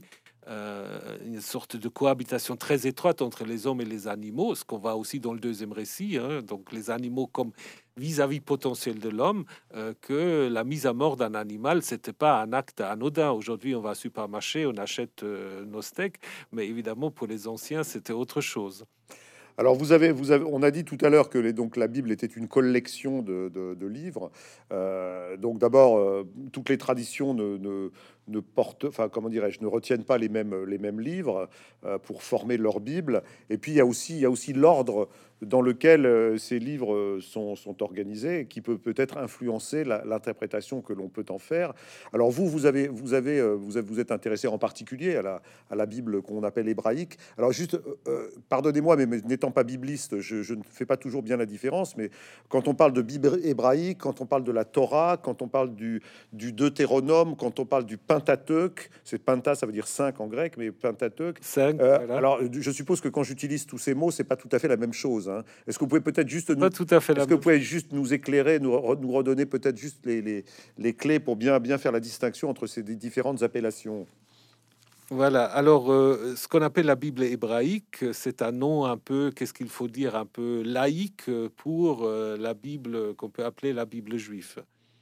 euh, une sorte de cohabitation très étroite entre les hommes et les animaux, ce qu'on voit aussi dans le deuxième récit, hein, donc les animaux comme vis-à-vis potentiel de l'homme, euh, que la mise à mort d'un animal, c'était pas un acte anodin. Aujourd'hui, on va au supermarché, on achète euh, nos steaks, mais évidemment, pour les anciens, c'était autre chose. Alors vous avez, vous avez, on a dit tout à l'heure que les, donc la Bible était une collection de, de- de livres. Euh, donc d'abord, euh, toutes les traditions ne, ne, ne portent, enfin comment dirais-je, ne retiennent pas les mêmes, les mêmes livres euh, pour former leur Bible. Et puis il y a aussi, il y a aussi l'ordre dans lequel euh, ces livres euh, sont, sont organisés, et qui peut peut-être influencer la- l'interprétation que l'on peut en faire. Alors vous, vous avez, vous avez, euh, vous avez- vous êtes intéressé en particulier à la, à la Bible qu'on appelle hébraïque. Alors juste, euh, euh, pardonnez-moi, mais, mais n'étant pas bibliste, je, je ne fais pas toujours bien la différence. Mais quand on parle de Bible hébraïque, quand on parle de la Torah, quand on parle du, du Deutéronome, quand on parle du Pentateuque, c'est Penta, ça veut dire cinq en grec, mais Pentateuque. Cinq, euh, voilà. alors, je suppose que quand j'utilise tous ces mots, c'est pas tout à fait la même chose, hein. Est-ce que vous pouvez peut-être juste C'est pas nous, tout à fait la est-ce que vous même pouvez chose. juste nous éclairer, nous, re- nous redonner peut-être juste les, les, les clés pour bien, bien faire la distinction entre ces différentes appellations? Voilà, alors euh, ce qu'on appelle la Bible hébraïque, euh, c'est un nom un peu, qu'est-ce qu'il faut dire, un peu laïque euh, pour euh, la Bible qu'on peut appeler la Bible juive.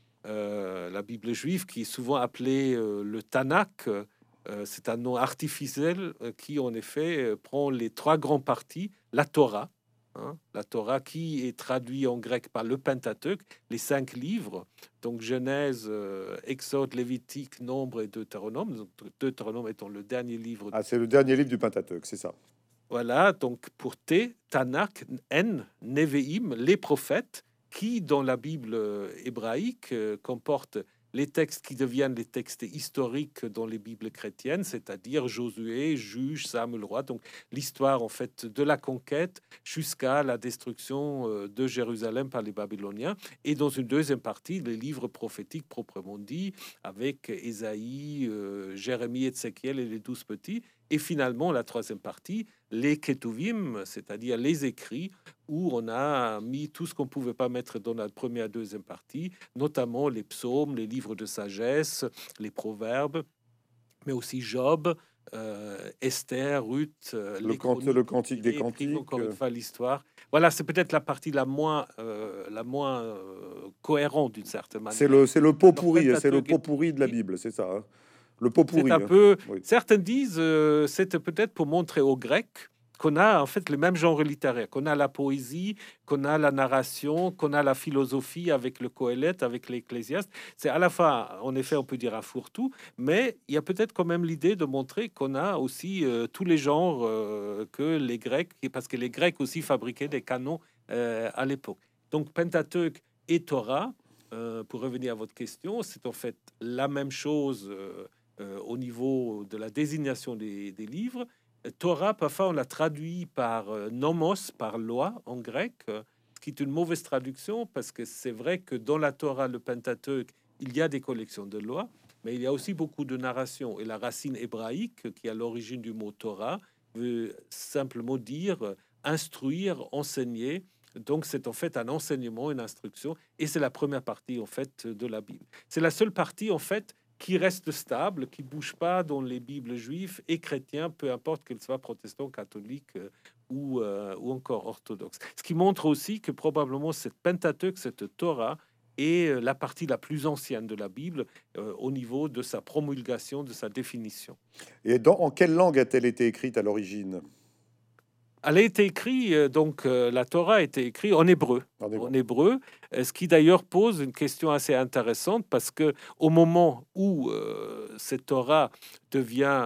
Euh, la Bible juive qui est souvent appelée euh, le Tanakh, euh, c'est un nom artificiel euh, qui en effet euh, prend les trois grandes parties, la Torah, hein, la Torah qui est traduit en grec par le Pentateuque, les cinq livres, donc Genèse, euh, Exode, Lévitique, Nombre et Deutéronome, donc Deutéronome étant le dernier livre. Ah, c'est le dernier livre du Pentateuque, c'est ça. Voilà, donc pour T, Tanakh, N, Nevi'im, les prophètes, qui dans la Bible euh, hébraïque euh, comportent les textes qui deviennent les textes historiques dans les Bibles chrétiennes, c'est-à-dire Josué, Juge, Samuel, Roi, donc l'histoire en fait de la conquête jusqu'à la destruction euh, de Jérusalem par les Babyloniens, et dans une deuxième partie, les livres prophétiques proprement dit, avec Ésaïe, euh, Jérémie, Ézéchiel et les douze petits, et finalement la troisième partie, les Ketuvim, c'est-à-dire les écrits, où on a mis tout ce qu'on ne pouvait pas mettre dans la première et deuxième partie, notamment les psaumes, les livres de sagesse, les proverbes, mais aussi Job, euh, Esther, Ruth, euh, Le, les cant- chroniques, le cantique des et écrivent cantiques. encore une euh, fois l'histoire. Voilà, c'est peut-être la partie la moins, euh, la moins euh, cohérente d'une certaine C'est manière. le, c'est le pot Alors, pourri, c'est le Pentateuque pot pourri de la est Bible, c'est ça, hein. Le pot c'est un pourri, hein. peu. Oui. Certains disent euh, c'était peut-être pour montrer aux Grecs qu'on a en fait le même genre littéraire, qu'on a la poésie, qu'on a la narration, qu'on a la philosophie avec le Coëlette, avec l'Ecclésiaste. C'est à la fois, en effet, on peut dire un fourre-tout, mais il y a peut-être quand même l'idée de montrer qu'on a aussi euh, tous les genres euh, que les Grecs, parce que les Grecs aussi fabriquaient des canons euh, à l'époque. Donc Pentateuque et Torah, euh, pour revenir à votre question, c'est en fait la même chose. Euh, euh, au niveau de la désignation des, des livres. Euh, Torah, parfois, on l'a traduit par euh, nomos, par loi en grec, euh, ce qui est une mauvaise traduction parce que c'est vrai que dans la Torah, le Pentateuque, il y a des collections de lois, mais il y a aussi beaucoup de narration. Et la racine hébraïque, qui est à l'origine du mot Torah, veut simplement dire euh, instruire, enseigner. Donc, c'est en fait un enseignement, une instruction, et c'est la première partie en fait de la Bible. C'est la seule partie en fait qui reste stable, qui bouge pas dans les Bibles juifs et chrétiens, peu importe qu'ils soient protestants, catholiques euh, ou, euh, ou encore orthodoxes. Ce qui montre aussi que probablement cette Pentateuque, cette Torah, est euh, la partie la plus ancienne de la Bible euh, au niveau de sa promulgation, de sa définition. Et dans, en quelle langue a-t-elle été écrite à l'origine? Elle a été écrite, euh, donc euh, la Torah a été écrite en hébreu. En En hébreu. hébreu, euh, ce qui d'ailleurs pose une question assez intéressante parce que au moment où euh, cette Torah devient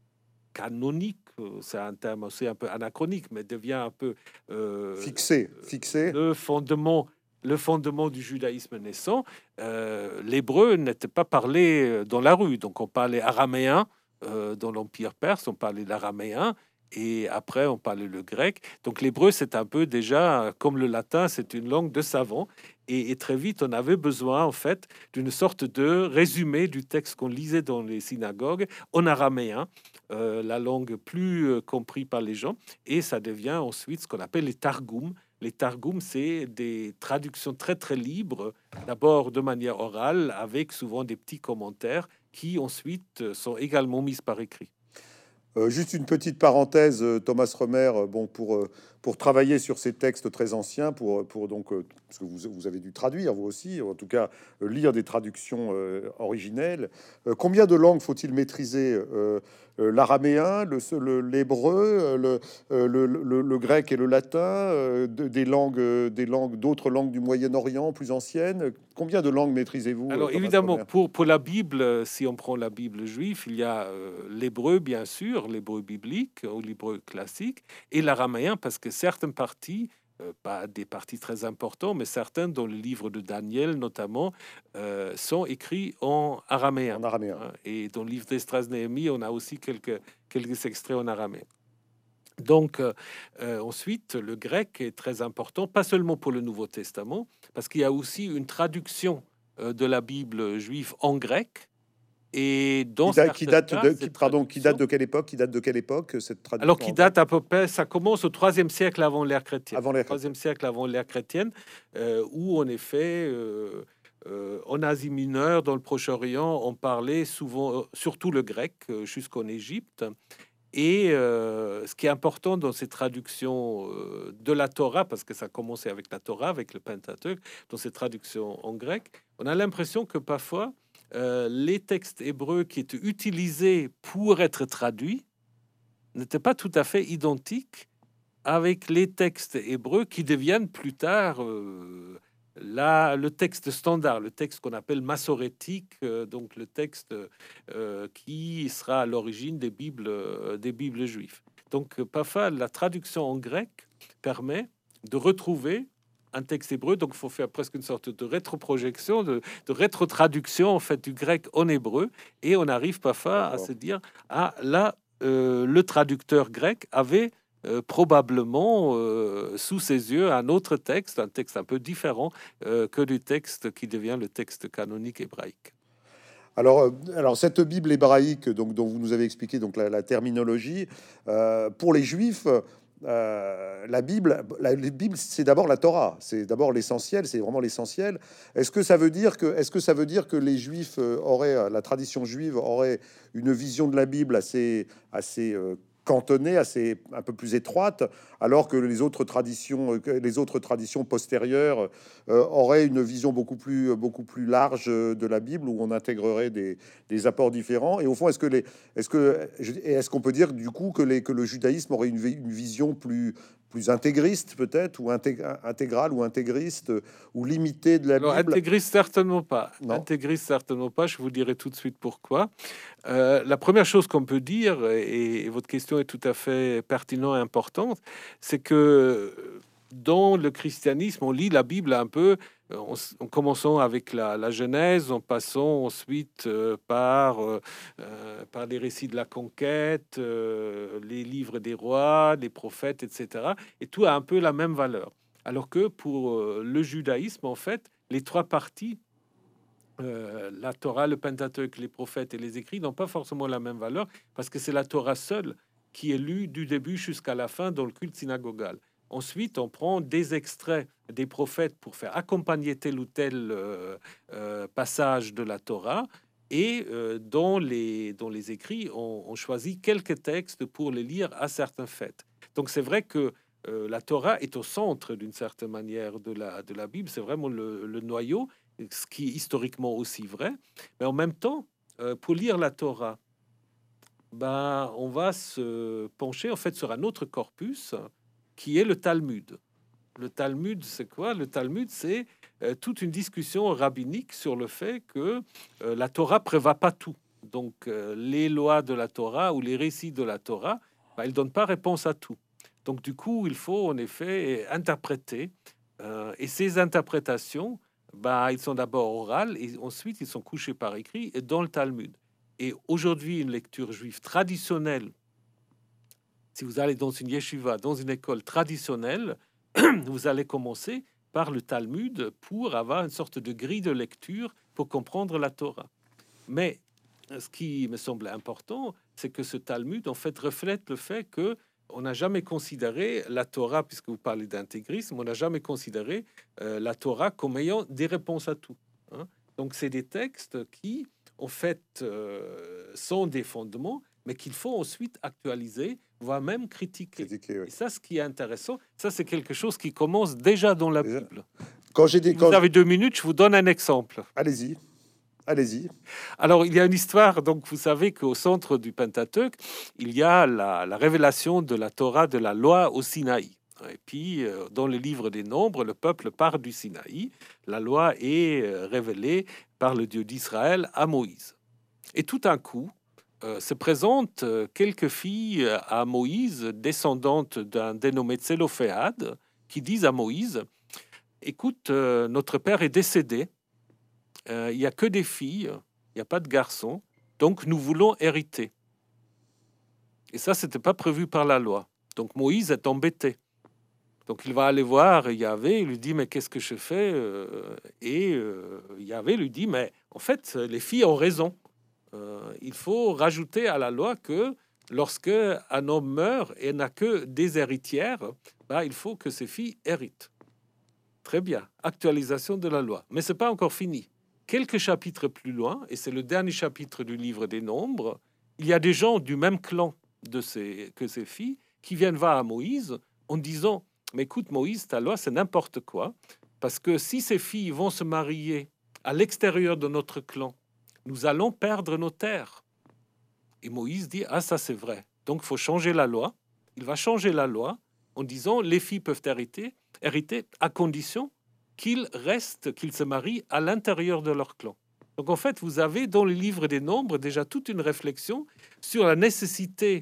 canonique, euh, c'est un terme aussi un peu anachronique, mais devient un peu euh, Fixé, fixé. le fondement, le fondement du judaïsme naissant. Euh, l'hébreu n'était pas parlé euh, dans la rue, donc on parlait araméen euh, dans l'Empire perse, on parlait l'araméen. Et après, on parlait le grec. Donc, l'hébreu, c'est un peu déjà, comme le latin, c'est une langue de savant. Et, et très vite, on avait besoin, en fait, d'une sorte de résumé du texte qu'on lisait dans les synagogues en araméen, euh, la langue plus euh, comprise par les gens, et ça devient ensuite ce qu'on appelle les targums. Les targums, c'est des traductions très très libres, d'abord de manière orale, avec souvent des petits commentaires qui ensuite euh, sont également mises par écrit. Euh, juste une petite parenthèse, euh, Thomas Remer, euh, bon, pour, euh, pour travailler sur ces textes très anciens, pour, pour donc, euh, parce que vous, vous avez dû traduire, vous aussi, en tout cas, euh, lire des traductions euh, originelles. Euh, combien de langues faut-il maîtriser? Euh, euh, l'araméen, le, le- l'hébreu, euh, le, euh, le, le- le grec et le latin, euh, de- des langues, euh, des langues, d'autres langues du Moyen-Orient plus anciennes. Combien de langues maîtrisez-vous, euh, Alors Thomas évidemment, Remer? pour, pour la Bible, euh, si on prend la Bible juive, il y a euh, l'hébreu, bien sûr, l'hébreu biblique ou l'hébreu classique, et l'araméen, parce que certaines parties, euh, pas des parties très importantes, mais certaines, dans le livre de Daniel notamment, euh, sont écrits en araméen, En araméen. hein. Et dans le livre d'Esdras Néhémie, on a aussi quelques, quelques extraits en araméen. Donc, euh, euh, ensuite, le grec est très important, pas seulement pour le Nouveau Testament, parce qu'il y a aussi une traduction euh, de la Bible juive en grec. Et dans Qui date, qui certains date cas, de, qui, cette pardon, qui date traduction, de quelle époque? Qui date de quelle époque, cette alors traduction qui en grec? date à peu près, ça commence au troisième siècle avant l'ère chrétienne. Avant l'ère chrétienne. Troisième siècle avant l'ère chrétienne, euh, où en effet, euh, euh, en Asie mineure, dans le Proche-Orient, on parlait souvent, euh, surtout le grec, euh, jusqu'en Égypte. Et euh, ce qui est important dans ces traductions euh, de la Torah, parce que ça a commencé avec la Torah, avec le Pentateuque, dans ces traductions en grec, on a l'impression que parfois euh, les textes hébreux qui étaient utilisés pour être traduits n'étaient pas tout à fait identiques avec les textes hébreux qui deviennent plus tard euh, la, le texte standard, le texte qu'on appelle massorétique, euh, donc le texte euh, qui sera à l'origine des Bibles, euh, des Bibles juives. Donc, euh, parfois, la traduction en grec permet de retrouver un texte hébreu, donc il faut faire presque une sorte de rétroprojection, de, de rétrotraduction en fait du grec en hébreu, et on arrive parfois à se dire, ah là, euh, le traducteur grec avait euh, probablement euh, sous ses yeux un autre texte, un texte un peu différent euh, que du texte qui devient le texte canonique hébraïque. Alors, euh, alors cette Bible hébraïque, donc dont vous nous avez expliqué donc la, la terminologie, euh, pour les Juifs, euh, la Bible, la, la Bible, c'est d'abord la Torah, c'est d'abord l'essentiel, c'est vraiment l'essentiel. Est-ce que ça veut dire que, est-ce que ça veut dire que les Juifs euh, auraient, la tradition juive aurait une vision de la Bible assez, assez euh, cantonnée, assez un peu plus étroite, alors que les autres traditions, euh, que les autres traditions postérieures euh, auraient une vision beaucoup plus, beaucoup plus large de la Bible, où on intégrerait des, des apports différents. Et au fond, est-ce que les, est-ce que, est-ce qu'on peut dire du coup que, les, que le judaïsme aurait une, vi- une vision plus, plus intégriste peut-être, ou intég- intégrale, ou intégriste, ou limitée de la Alors, Bible? intégriste, certainement pas. Non. Intégriste, certainement pas. Je vous dirai tout de suite pourquoi. Euh, la première chose qu'on peut dire, et, et votre question est tout à fait pertinente et importante, c'est que dans le christianisme, on lit la Bible un peu euh, en, s- en commençant avec la, la Genèse, en passant ensuite euh, par, euh, euh, par les récits de la conquête, euh, les livres des rois, les prophètes, et cetera. Et tout a un peu la même valeur. Alors que pour euh, le judaïsme, en fait, les trois parties, euh, la Torah, le Pentateuque, les prophètes et les écrits, n'ont pas forcément la même valeur parce que c'est la Torah seule qui est lue du début jusqu'à la fin dans le culte synagogal. Ensuite, on prend des extraits des prophètes pour faire accompagner tel ou tel euh, euh, passage de la Torah. Et euh, dans, les, dans les écrits, on, on choisit quelques textes pour les lire à certaines fêtes. Donc c'est vrai que euh, la Torah est au centre d'une certaine manière de la, de la Bible. C'est vraiment le, le noyau, ce qui est historiquement aussi vrai. Mais en même temps, euh, pour lire la Torah, ben, on va se pencher en fait sur un autre corpus qui est le Talmud. Le Talmud, c'est quoi? Le Talmud, c'est euh, toute une discussion rabbinique sur le fait que euh, la Torah prévoit pas tout. Donc, euh, les lois de la Torah ou les récits de la Torah, ben, ils donnent pas réponse à tout. Donc, du coup, il faut en effet interpréter. Euh, et ces interprétations, ben, ils sont d'abord orales et ensuite ils sont couchés par écrit et dans le Talmud. Et aujourd'hui, une lecture juive traditionnelle, si vous allez dans une yeshiva, dans une école traditionnelle, vous allez commencer par le Talmud pour avoir une sorte de grille de lecture pour comprendre la Torah. Mais ce qui me semble important, c'est que ce Talmud, en fait, reflète le fait que on n'a jamais considéré la Torah, puisque vous parlez d'intégrisme, on n'a jamais considéré euh, la Torah comme ayant des réponses à tout, hein. Donc, c'est des textes qui, en fait, euh, sont des fondements, mais qu'il faut ensuite actualiser, voire même critiquer. Critiquer, oui. Et ça, ce qui est intéressant, ça c'est quelque chose qui commence déjà dans la Déjà. Bible. Quand j'ai des, Si quand vous avez deux minutes, je vous donne un exemple. Allez-y, allez-y. Alors, il y a une histoire, donc vous savez qu'au centre du Pentateuque, il y a la, la révélation de la Torah, de la loi au Sinaï. Et puis, euh, dans le livre des Nombres, le peuple part du Sinaï. La loi est euh, révélée par le Dieu d'Israël à Moïse. Et tout d'un coup, euh, se présentent euh, quelques filles euh, à Moïse, descendantes d'un dénommé Tsélophéade, qui disent à Moïse, « Écoute, euh, notre père est décédé, euh, il n'y a que des filles, il n'y a pas de garçons, donc nous voulons hériter. » Et ça, ce n'était pas prévu par la loi. Donc Moïse est embêté. Donc il va aller voir Yahvé, il lui dit, mais qu'est-ce que je fais? Et euh, Yahvé lui dit, mais en fait, les filles ont raison. Euh, il faut rajouter à la loi que lorsque un homme meurt et n'a que des héritières, bah, il faut que ses filles héritent. Très bien, actualisation de la loi. Mais ce n'est pas encore fini. Quelques chapitres plus loin, et c'est le dernier chapitre du livre des Nombres, il y a des gens du même clan de ces, que ces filles qui viennent voir à Moïse en disant, mais écoute Moïse, ta loi c'est n'importe quoi, parce que si ces filles vont se marier à l'extérieur de notre clan, nous allons perdre nos terres. Et Moïse dit, ah ça c'est vrai, donc il faut changer la loi. Il va changer la loi en disant, les filles peuvent hériter, hériter à condition qu'ils restent, qu'ils se marient à l'intérieur de leur clan. Donc en fait, vous avez dans le livre des Nombres déjà toute une réflexion sur la nécessité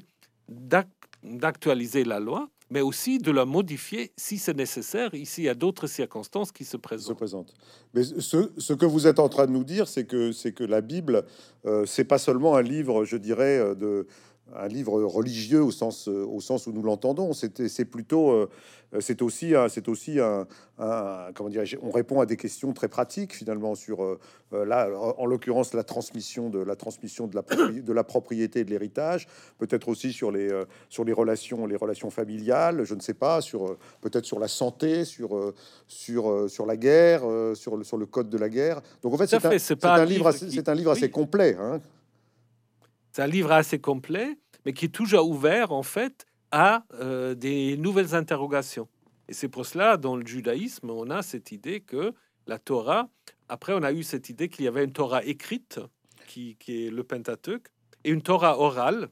d'actualiser la loi, mais aussi de la modifier si c'est nécessaire, ici il y a d'autres circonstances qui se présentent. Se présente. Mais ce, ce que vous êtes en train de nous dire, c'est que, c'est que la Bible, euh, c'est pas seulement un livre, je dirais, de, un livre religieux au sens, au sens où nous l'entendons. C'est, c'est plutôt, euh, c'est aussi, un, c'est aussi un, un comment dire, on répond à des questions très pratiques finalement sur, euh, là, en l'occurrence, la transmission de la transmission de la, propri, de la propriété et de l'héritage, peut-être aussi sur les, euh, sur les relations, les relations familiales, je ne sais pas, sur peut-être sur la santé, sur, euh, sur, euh, sur la guerre, euh, sur le, sur le code de la guerre. Donc en fait, c'est un, c'est un, livre assez, qui... c'est un livre assez oui. complet. Hein. C'est un livre assez complet, mais qui est toujours ouvert, en fait, à euh, des nouvelles interrogations. Et c'est pour cela, dans le judaïsme, on a cette idée que la Torah... Après, on a eu cette idée qu'il y avait une Torah écrite, qui, qui est le Pentateuque, et une Torah orale,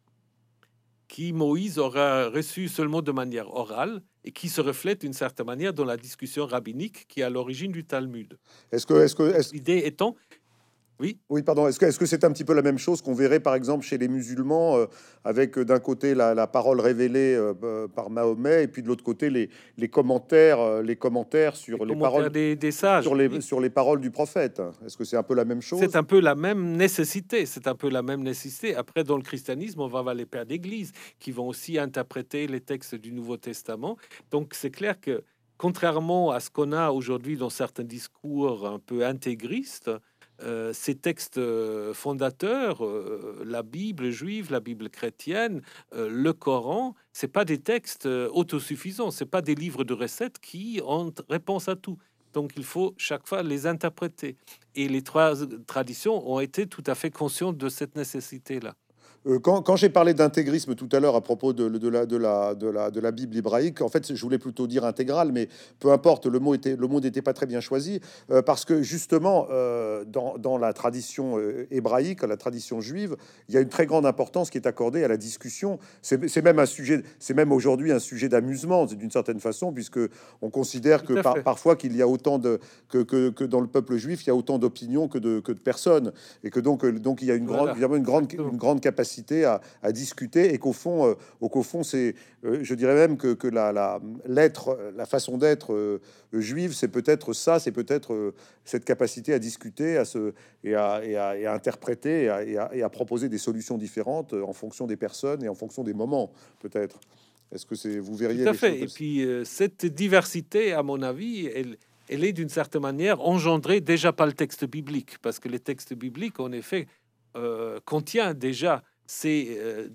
qui Moïse aura reçu seulement de manière orale, et qui se reflète d'une certaine manière dans la discussion rabbinique qui est à l'origine du Talmud. Est-ce que... Est-ce que est-ce... L'idée étant... Oui. Oui, pardon. Est-ce que est-ce que c'est un petit peu la même chose qu'on verrait par exemple chez les musulmans, euh, avec euh, d'un côté la, la parole révélée euh, par Mahomet et puis de l'autre côté les, les commentaires, euh, les commentaires sur les, les commentaires paroles des, des sages, sur les oui. sur les paroles du prophète. Est-ce que c'est un peu la même chose? C'est un peu la même nécessité. C'est un peu la même nécessité. Après, dans le christianisme, on va avoir les pères d'église qui vont aussi interpréter les textes du Nouveau Testament. Donc, c'est clair que contrairement à ce qu'on a aujourd'hui dans certains discours un peu intégristes, Euh, ces textes euh, fondateurs, euh, la Bible juive, la Bible chrétienne, euh, le Coran, c'est pas des textes euh, autosuffisants, c'est pas des livres de recettes qui ont réponse à tout. Donc il faut chaque fois les interpréter. Et les trois traditions ont été tout à fait conscientes de cette nécessité-là. Quand, quand j'ai parlé d'intégrisme tout à l'heure à propos de, de, la, de, la, de, la, de la Bible hébraïque, en fait, je voulais plutôt dire intégrale, mais peu importe, le mot était, le mot n'était pas très bien choisi, euh, parce que justement, euh, dans, dans la tradition euh, hébraïque, la tradition juive, il y a une très grande importance qui est accordée à la discussion. C'est, c'est même un sujet, c'est même aujourd'hui un sujet d'amusement, d'une certaine façon, puisque on considère que par, parfois qu'il y a autant de que, que, que dans le peuple juif, il y a autant d'opinions que de, que de personnes, et que donc, donc il y a une grande, voilà. évidemment une grande, une grande capacité À, à discuter et qu'au fond, euh, au qu'au fond, c'est, euh, je dirais même que, que la, la, l'être, la façon d'être euh, juive, c'est peut-être ça, c'est peut-être euh, cette capacité à discuter, à se et à, et à, et à interpréter et à, et, à, et à proposer des solutions différentes en fonction des personnes et en fonction des moments, peut-être. Est-ce que c'est, vous verriez? Tout à fait. Et puis euh, cette diversité, à mon avis, elle, elle est d'une certaine manière engendrée déjà par le texte biblique, parce que les textes bibliques, en effet, euh, contient déjà c'est euh,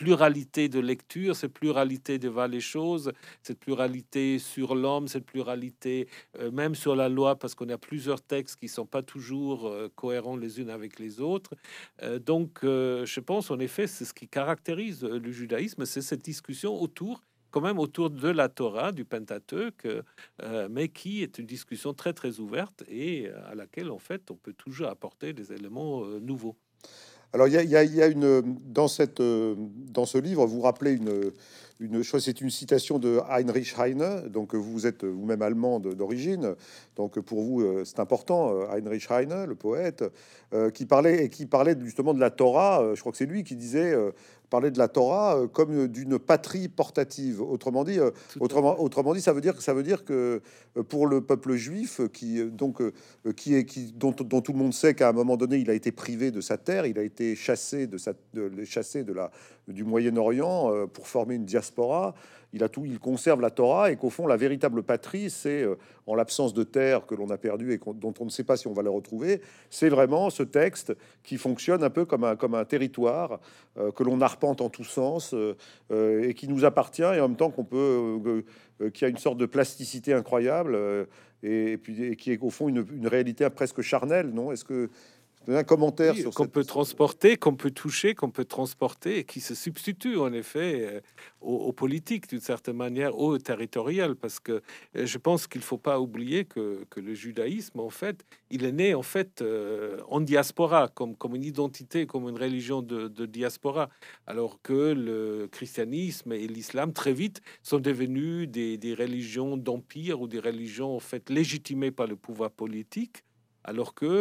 pluralité de lecture, cette pluralité de voir les choses, cette pluralité sur l'homme, cette pluralité euh, même sur la loi, parce qu'on a plusieurs textes qui sont pas toujours euh, cohérents les unes avec les autres. Euh, donc, euh, je pense en effet, c'est ce qui caractérise euh, le judaïsme, c'est cette discussion autour, quand même autour de la Torah, du Pentateuque, euh, mais qui est une discussion très très ouverte et à laquelle en fait on peut toujours apporter des éléments euh, nouveaux. Alors, il y a, il y a- il y a une dans cette euh, dans ce livre, vous rappelez une une chose, c'est une citation de Heinrich Heine. Donc, vous êtes vous-même allemand de- d'origine, donc pour vous euh, c'est important. euh, Heinrich Heine, le poète, euh, qui parlait et qui parlait justement de la Torah. euh, Je crois que c'est lui qui disait euh, parler de la Torah euh, comme d'une patrie portative. Autrement dit, euh, Tout à autrement fait. autrement dit, ça veut dire que ça veut dire que euh, pour le peuple juif, euh, qui euh, donc euh, euh, qui est qui dont, dont tout le monde sait qu'à un moment donné, il a été privé de sa terre, il a été chassé de sa de, chassé de la du Moyen-Orient euh, pour former une diaspora. Il a tout, il conserve la Torah et qu'au fond, la véritable patrie, c'est euh, en l'absence de terre que l'on a perdu et qu'on- dont on ne sait pas si on va la retrouver, c'est vraiment ce texte qui fonctionne un peu comme un, comme un territoire euh, que l'on arpente en tous sens euh, euh, et qui nous appartient et en même temps qu'on peut, euh, euh, qui a une sorte de plasticité incroyable euh, et, et puis et qui est au fond une, une réalité presque charnelle, non? Est-ce que vous avez un commentaire Oui, sur qu'on cette... peut transporter, qu'on peut toucher, qu'on peut transporter, et qui se substitue en effet euh, aux, aux politiques d'une certaine manière, aux territoriales, parce que euh, je pense qu'il faut pas oublier que, que le judaïsme, en fait, il est né en fait euh, en diaspora, comme, comme une identité, comme une religion de, de diaspora, alors que le christianisme et l'islam très vite sont devenus des, des religions d'empire ou des religions en fait légitimées par le pouvoir politique. Alors que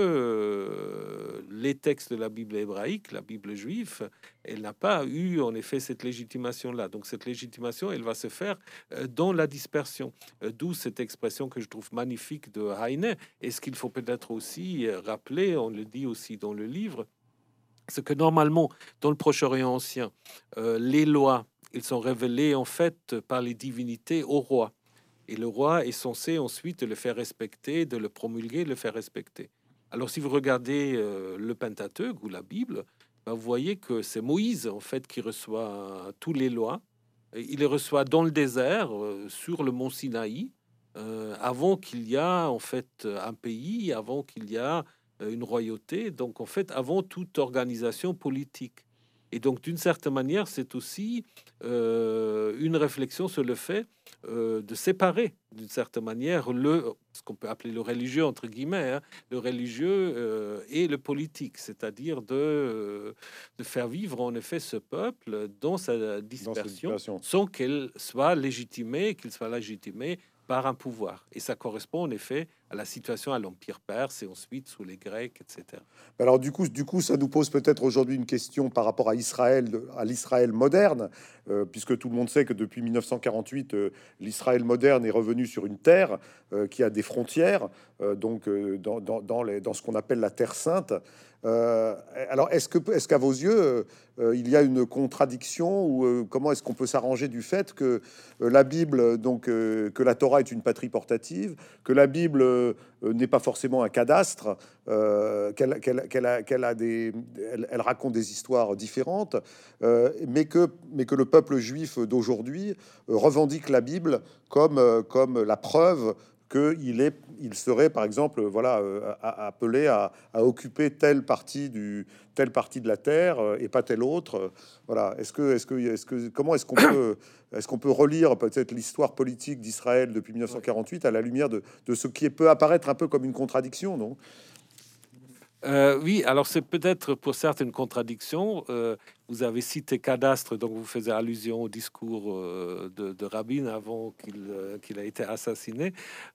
euh, les textes de la Bible hébraïque, la Bible juive, elle n'a pas eu en effet cette légitimation-là. Donc cette légitimation, elle va se faire euh, dans la dispersion. Euh, D'où cette expression que je trouve magnifique de Heine. Et ce qu'il faut peut-être aussi euh, rappeler, on le dit aussi dans le livre, c'est que normalement, dans le Proche-Orient ancien, euh, les lois, ils sont révélées en fait par les divinités au roi. Et le roi est censé ensuite le faire respecter, de le promulguer, de le faire respecter. Alors, si vous regardez euh, le Pentateuque ou la Bible, ben, vous voyez que c'est Moïse, en fait, qui reçoit tous les lois. Et il les reçoit dans le désert, euh, sur le mont Sinaï, euh, avant qu'il y a, en fait, un pays, avant qu'il y a euh, une royauté, donc, en fait, avant toute organisation politique. Et donc, d'une certaine manière, c'est aussi euh, une réflexion sur le fait euh, de séparer d'une certaine manière le ce qu'on peut appeler le religieux entre guillemets, hein, le religieux euh, et le politique, c'est-à-dire de, euh, de faire vivre en effet ce peuple dans sa dans cette dispersion situation? sans qu'elle soit légitimée, qu'il soit légitimé par un pouvoir. Et ça correspond en effet à la situation à l'Empire perse et ensuite sous les Grecs, et cetera. Alors du coup, du coup, ça nous pose peut-être aujourd'hui une question par rapport à Israël, de- à l'Israël moderne, euh, puisque tout le monde sait que depuis mille neuf cent quarante-huit, euh, l'Israël moderne est revenu sur une terre euh, qui a des frontières, euh, donc euh, dans, dans, dans les- dans ce qu'on appelle la Terre sainte. Euh, alors, est-ce que, est-ce qu'à vos yeux, euh, euh, il y a une contradiction ou euh, comment est-ce qu'on peut s'arranger du fait que euh, la Bible, donc euh, que la Torah est une patrie portative, que la Bible euh, n'est pas forcément un cadastre, euh, qu'elle qu'elle- qu'elle a, qu'elle a des, elle, elle raconte des histoires différentes, euh, mais que, mais que le peuple juif d'aujourd'hui euh, revendique la Bible comme, euh, comme la preuve qu'il est, il serait, par exemple, voilà, euh, a- appelé à, à occuper telle partie du, telle partie de la terre euh, et pas telle autre. Voilà. Est-ce que, est-ce que, est-ce que, comment est-ce qu'on peut, est-ce qu'on peut relire peut-être l'histoire politique d'Israël depuis Ouais. mille neuf cent quarante-huit à la lumière de, de ce qui peut apparaître un peu comme une contradiction, non? Euh, oui, alors c'est peut-être pour certaines contradictions. Euh, vous avez cité cadastre, donc vous faisiez allusion au discours euh, de, de Rabin avant qu'il euh, qu'il a été assassiné.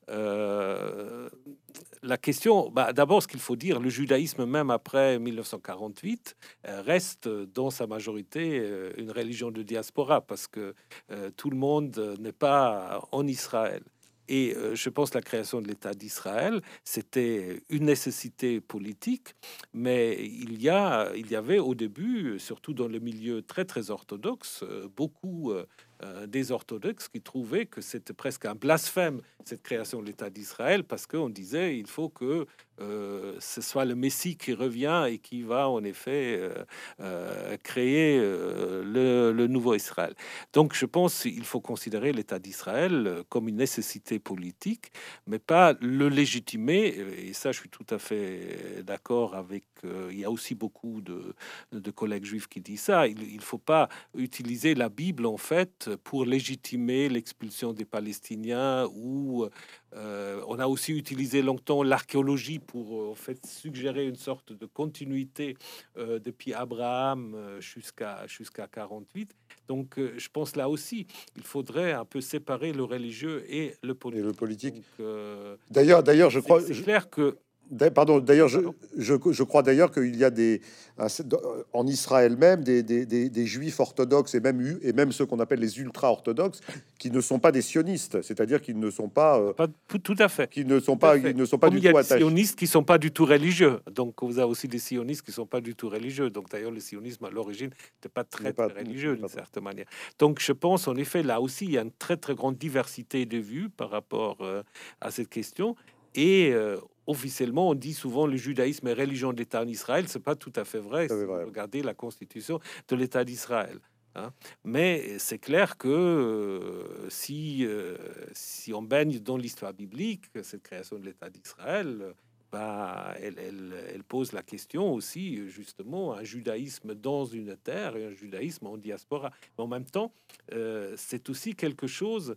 Euh, la question, bah, d'abord, ce qu'il faut dire, le judaïsme, même après mille neuf cent quarante-huit, euh, reste dans sa majorité euh, une religion de diaspora parce que euh, tout le monde euh, n'est pas en Israël. Et euh, je pense que la création de l'État d'Israël, c'était une nécessité politique, mais il y a, il y avait au début, surtout dans le milieu très très orthodoxe, euh, beaucoup euh, euh, des orthodoxes qui trouvaient que c'était presque un blasphème, cette création de l'État d'Israël, parce qu'on disait il faut que euh, ce soit le Messie qui revient et qui va en effet euh, euh, créer euh, le, le nouveau Israël. Donc je pense qu'il faut considérer l'État d'Israël comme une nécessité politique, mais pas le légitimer. Et ça, je suis tout à fait d'accord avec... Euh, il y a aussi beaucoup de, de collègues juifs qui disent ça. Il ne faut pas utiliser la Bible, en fait, pour légitimer l'expulsion des Palestiniens ou... Euh, on a aussi utilisé longtemps l'archéologie pour euh, en fait suggérer une sorte de continuité euh, depuis Abraham euh, jusqu'à jusqu'à quarante-huit. Donc, euh, je pense là aussi, il faudrait un peu séparer le religieux et le Et le politique. politique. Donc, euh, D'ailleurs, d'ailleurs, je c'est crois, c'est je- clair que d'a- pardon, d'ailleurs, je, pardon. je, je crois d'ailleurs qu'il y a des, un- en Israël même, des, des, des, des juifs orthodoxes et même, u- et même ceux qu'on appelle les ultra-orthodoxes, qui ne sont pas des sionistes, c'est-à-dire qu'ils ne sont pas, euh, Pas tout, tout à fait. qui ne sont Tout à pas, fait. ils ne sont pas Comme du il y a tout des attachés. sionistes qui sont pas du tout religieux. Donc, vous avez aussi des sionistes qui sont pas du tout religieux. Donc, d'ailleurs, le sionisme, à l'origine, n'était pas N'est très, pas, très religieux n'est d'une pas- certaine manière. Donc, je pense, en effet, là aussi, il y a une très, très grande diversité de vues par rapport euh, à cette question. Et euh, officiellement, on dit souvent le judaïsme est religion d'État en Israël. C'est pas tout à fait vrai c'est si vous vrai. regardez la constitution de l'État d'Israël. Hein. Mais c'est clair que euh, si, euh, si on baigne dans l'histoire biblique, cette création de l'État d'Israël, euh, bah, elle, elle, elle pose la question aussi, justement, un judaïsme dans une terre et un judaïsme en diaspora. Mais en même temps, euh, c'est aussi quelque chose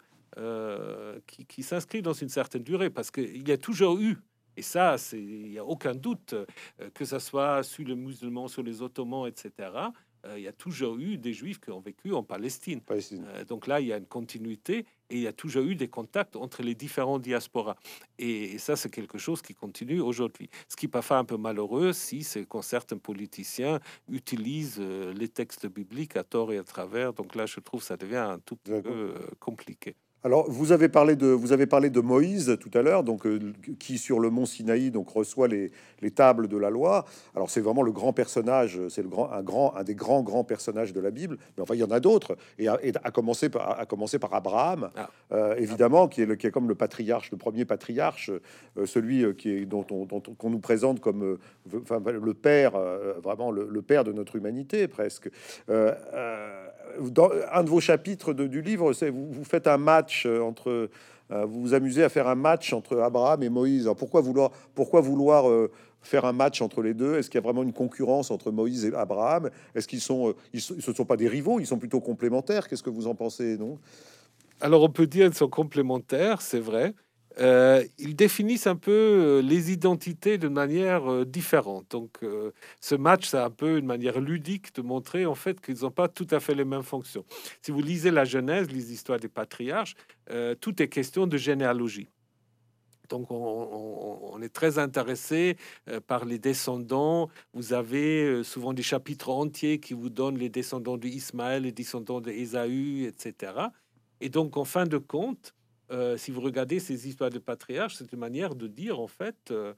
euh, qui, qui s'inscrit dans une certaine durée, parce qu'il y a toujours eu, et ça, c'est- il n'y a aucun doute, euh, que ce soit sur les musulmans, sur les ottomans, et cetera, euh, il y a toujours eu des juifs qui ont vécu en Palestine. Palestine. Euh, donc là, il y a une continuité et il y a toujours eu des contacts entre les différents diasporas. Et, et ça, c'est quelque chose qui continue aujourd'hui. Ce qui parfois un peu malheureux, si c'est quand certains politiciens utilisent euh, les textes bibliques à tort et à travers. Donc là, je trouve que ça devient un tout petit peu D'accord. euh, compliqué. Alors, vous avez parlé de, vous avez parlé de Moïse tout à l'heure, donc euh, qui sur le mont Sinaï donc reçoit les, les tables de la loi. Alors, c'est vraiment le grand personnage, c'est le grand, un grand, un des grands grands personnages de la Bible. Mais enfin, il y en a d'autres, et à, et à commencer par, à commencer par Abraham, Ah, euh, évidemment, qui est le, qui est comme le patriarche, le premier patriarche, euh, celui euh, qui est dont on, dont on- qu'on nous présente comme, euh, enfin, le père, euh, vraiment le, le père de notre humanité presque. Euh, euh, dans un de vos chapitres de- du livre, c'est vous, vous faites un match euh, entre, euh, vous vous amusez à faire un match entre Abraham et Moïse. Alors pourquoi vouloir, pourquoi vouloir euh, faire un match entre les deux? Est-ce qu'il y a vraiment une concurrence entre Moïse et Abraham? Est-ce qu'ils sont, euh, ils, sont- ce ne sont pas des rivaux, ils sont plutôt complémentaires? Qu'est-ce que vous en pensez, non? alors, on peut dire qu'ils sont complémentaires, c'est vrai. Euh, ils définissent un peu euh, les identités de manière euh, différente. Donc, euh, ce match, c'est un peu une manière ludique de montrer en fait qu'ils n'ont pas tout à fait les mêmes fonctions. Si vous lisez la Genèse, les histoires des patriarches, euh, tout est question de généalogie. Donc, on, on- on est très intéressé euh, par les descendants. Vous avez euh, souvent des chapitres entiers qui vous donnent les descendants d'Ismaël, les descendants d'Ésaü, et cetera. Et donc, en fin de compte, euh, si vous regardez ces histoires de patriarches, c'est une manière de dire, en fait, euh,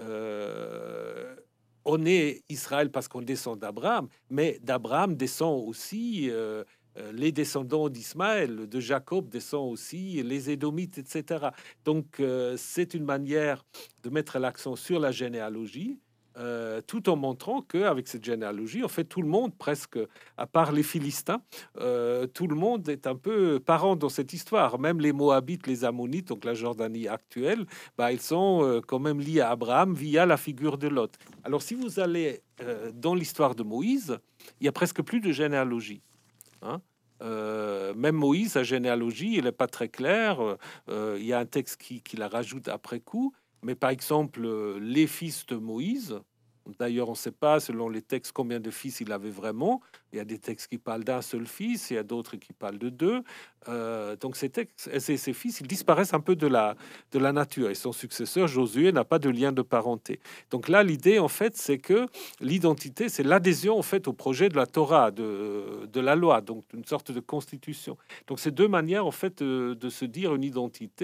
euh, on est Israël parce qu'on descend d'Abraham, mais d'Abraham descend aussi euh, euh, les descendants d'Ismaël, de Jacob descend aussi les Édomites, et cetera. Donc, euh, c'est une manière de mettre l'accent sur la généalogie, euh, tout en montrant qu'avec cette généalogie, en fait, tout le monde, presque, à part les Philistins, euh, tout le monde est un peu parent dans cette histoire. Même les Moabites, les Ammonites, donc la Jordanie actuelle, bah, ils sont euh, quand même liés à Abraham via la figure de Lot. Alors, si vous allez euh, dans l'histoire de Moïse, il y a presque plus de généalogie. Hein. Euh, même Moïse, sa généalogie, elle n'est pas très claire. Euh, il y a un texte qui, qui la rajoute après coup. Mais par exemple, euh, les fils de Moïse, d'ailleurs, on ne sait pas, selon les textes, combien de fils il avait vraiment. Il y a des textes qui parlent d'un seul fils, il y a d'autres qui parlent de deux. Euh, donc ces, textes, ces, ces fils, ils disparaissent un peu de la, de la nature. Et son successeur, Josué, n'a pas de lien de parenté. Donc là, l'idée, en fait, c'est que l'identité, c'est l'adhésion, en fait, au projet de la Torah, de, de la loi, donc une sorte de constitution. Donc c'est deux manières, en fait, de, de se dire une identité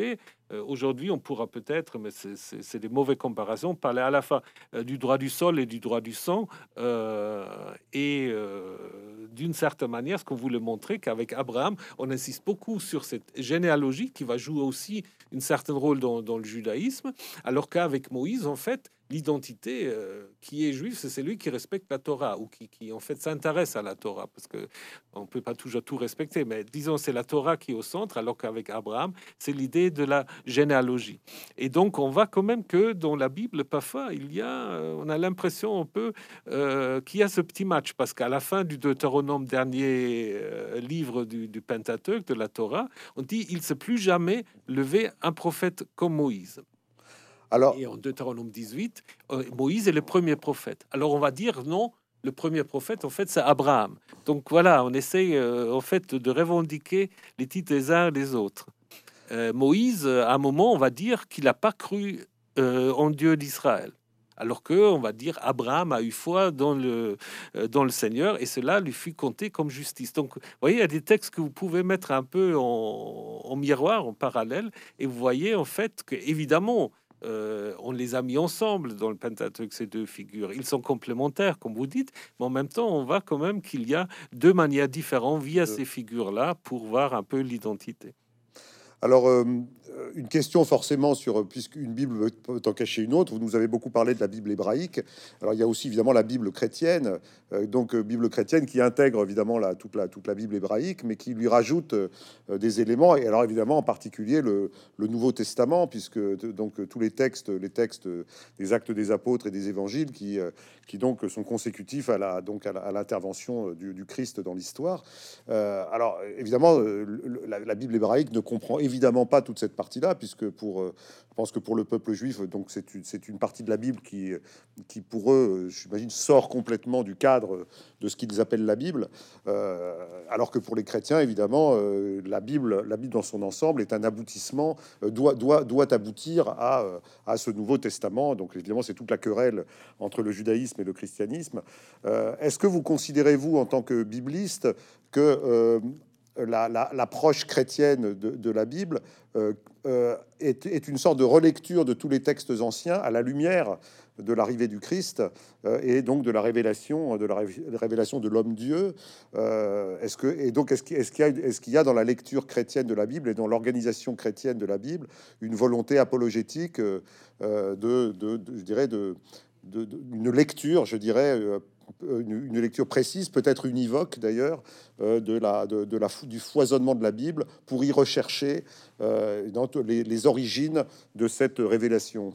Euh, aujourd'hui, on pourra peut-être, mais c'est c'est- c'est des mauvaises comparaisons, parler à la fois euh, du droit du sol et du droit du sang. euh, et euh, d'une certaine manière, ce qu'on voulait montrer, qu'avec Abraham, on insiste beaucoup sur cette généalogie qui va jouer aussi une certaine rôle dans, dans le judaïsme, alors qu'avec Moïse, en fait, l'identité euh, qui est juif, c'est celui qui respecte la Torah ou qui, qui en fait s'intéresse à la Torah, parce que on peut pas toujours tout respecter, mais disons c'est la Torah qui est au centre, alors qu'avec Abraham, c'est l'idée de la généalogie. Et donc on voit quand même que dans la Bible, parfois, il y a, euh, on a l'impression un peu euh, qu'il y a ce petit match, parce qu'à la fin du Deutéronome, dernier euh, livre du, du Pentateuque, de la Torah, on dit il ne s'est plus jamais levé un prophète comme Moïse. Alors, Et en Deutéronome dix-huit, euh, Moïse est le premier prophète. Alors on va dire non, le premier prophète, en fait, c'est Abraham. Donc voilà, on essaye euh, en fait de revendiquer les titres des uns et des autres. Euh, Moïse, à un moment, on va dire qu'il n'a pas cru euh, en Dieu d'Israël. Alors que, on va dire, Abraham a eu foi dans le, euh, dans le Seigneur et cela lui fut compté comme justice. Donc, vous voyez, il y a des textes que vous pouvez mettre un peu en, en miroir, en parallèle, et vous voyez en fait que, évidemment, euh, on les a mis ensemble dans le Pentateuque, ces deux figures. Ils sont complémentaires, comme vous dites, mais en même temps, on voit quand même qu'il y a deux manières différentes via euh, ces figures-là pour voir un peu l'identité. Alors, euh, une question forcément sur, puisqu'une Bible peut en cacher une autre, vous nous avez beaucoup parlé de la Bible hébraïque. Alors, il y a aussi évidemment la Bible chrétienne, euh, donc euh, Bible chrétienne qui intègre évidemment la, toute, la, toute la Bible hébraïque, mais qui lui rajoute euh, des éléments. Et alors, évidemment, en particulier le, le Nouveau Testament, puisque de- donc euh, tous les textes, les textes des Actes des Apôtres et des Évangiles qui, euh, qui donc sont consécutifs à la, donc à la- à l'intervention euh, du, du Christ dans l'histoire. Euh, alors, évidemment, euh, le- la, la Bible hébraïque ne comprend évidemment pas toute cette partie-là, puisque pour, euh, je pense que pour le peuple juif, donc c'est une, c'est une partie de la Bible qui, qui pour eux, euh, j'imagine, sort complètement du cadre de ce qu'ils appellent la Bible, Euh, alors que pour les chrétiens, évidemment, euh, la Bible, la Bible dans son ensemble est un aboutissement, euh, doit, doit, doit aboutir à, euh, à ce Nouveau Testament. Donc, évidemment, c'est toute la querelle entre le judaïsme et le christianisme. Euh, est-ce que vous considérez, vous, en tant que bibliste, que euh, la, la- l'approche chrétienne de, de la Bible euh, euh, est, est une sorte de relecture de tous les textes anciens à la lumière de l'arrivée du Christ euh, et donc de la révélation de la ré- révélation de l'homme-dieu. Euh, est-ce que et donc est-ce qu'il est-ce qu'il y a est-ce qu'il y a dans la lecture chrétienne de la Bible et dans l'organisation chrétienne de la Bible une volonté apologétique euh, euh, de, de, de- je dirais de, de, de- une lecture, je dirais, euh, une, une lecture précise, peut-être univoque d'ailleurs, euh, de la, de, de la, fo- du foisonnement de la Bible pour y rechercher euh, dans t- les, les origines de cette révélation.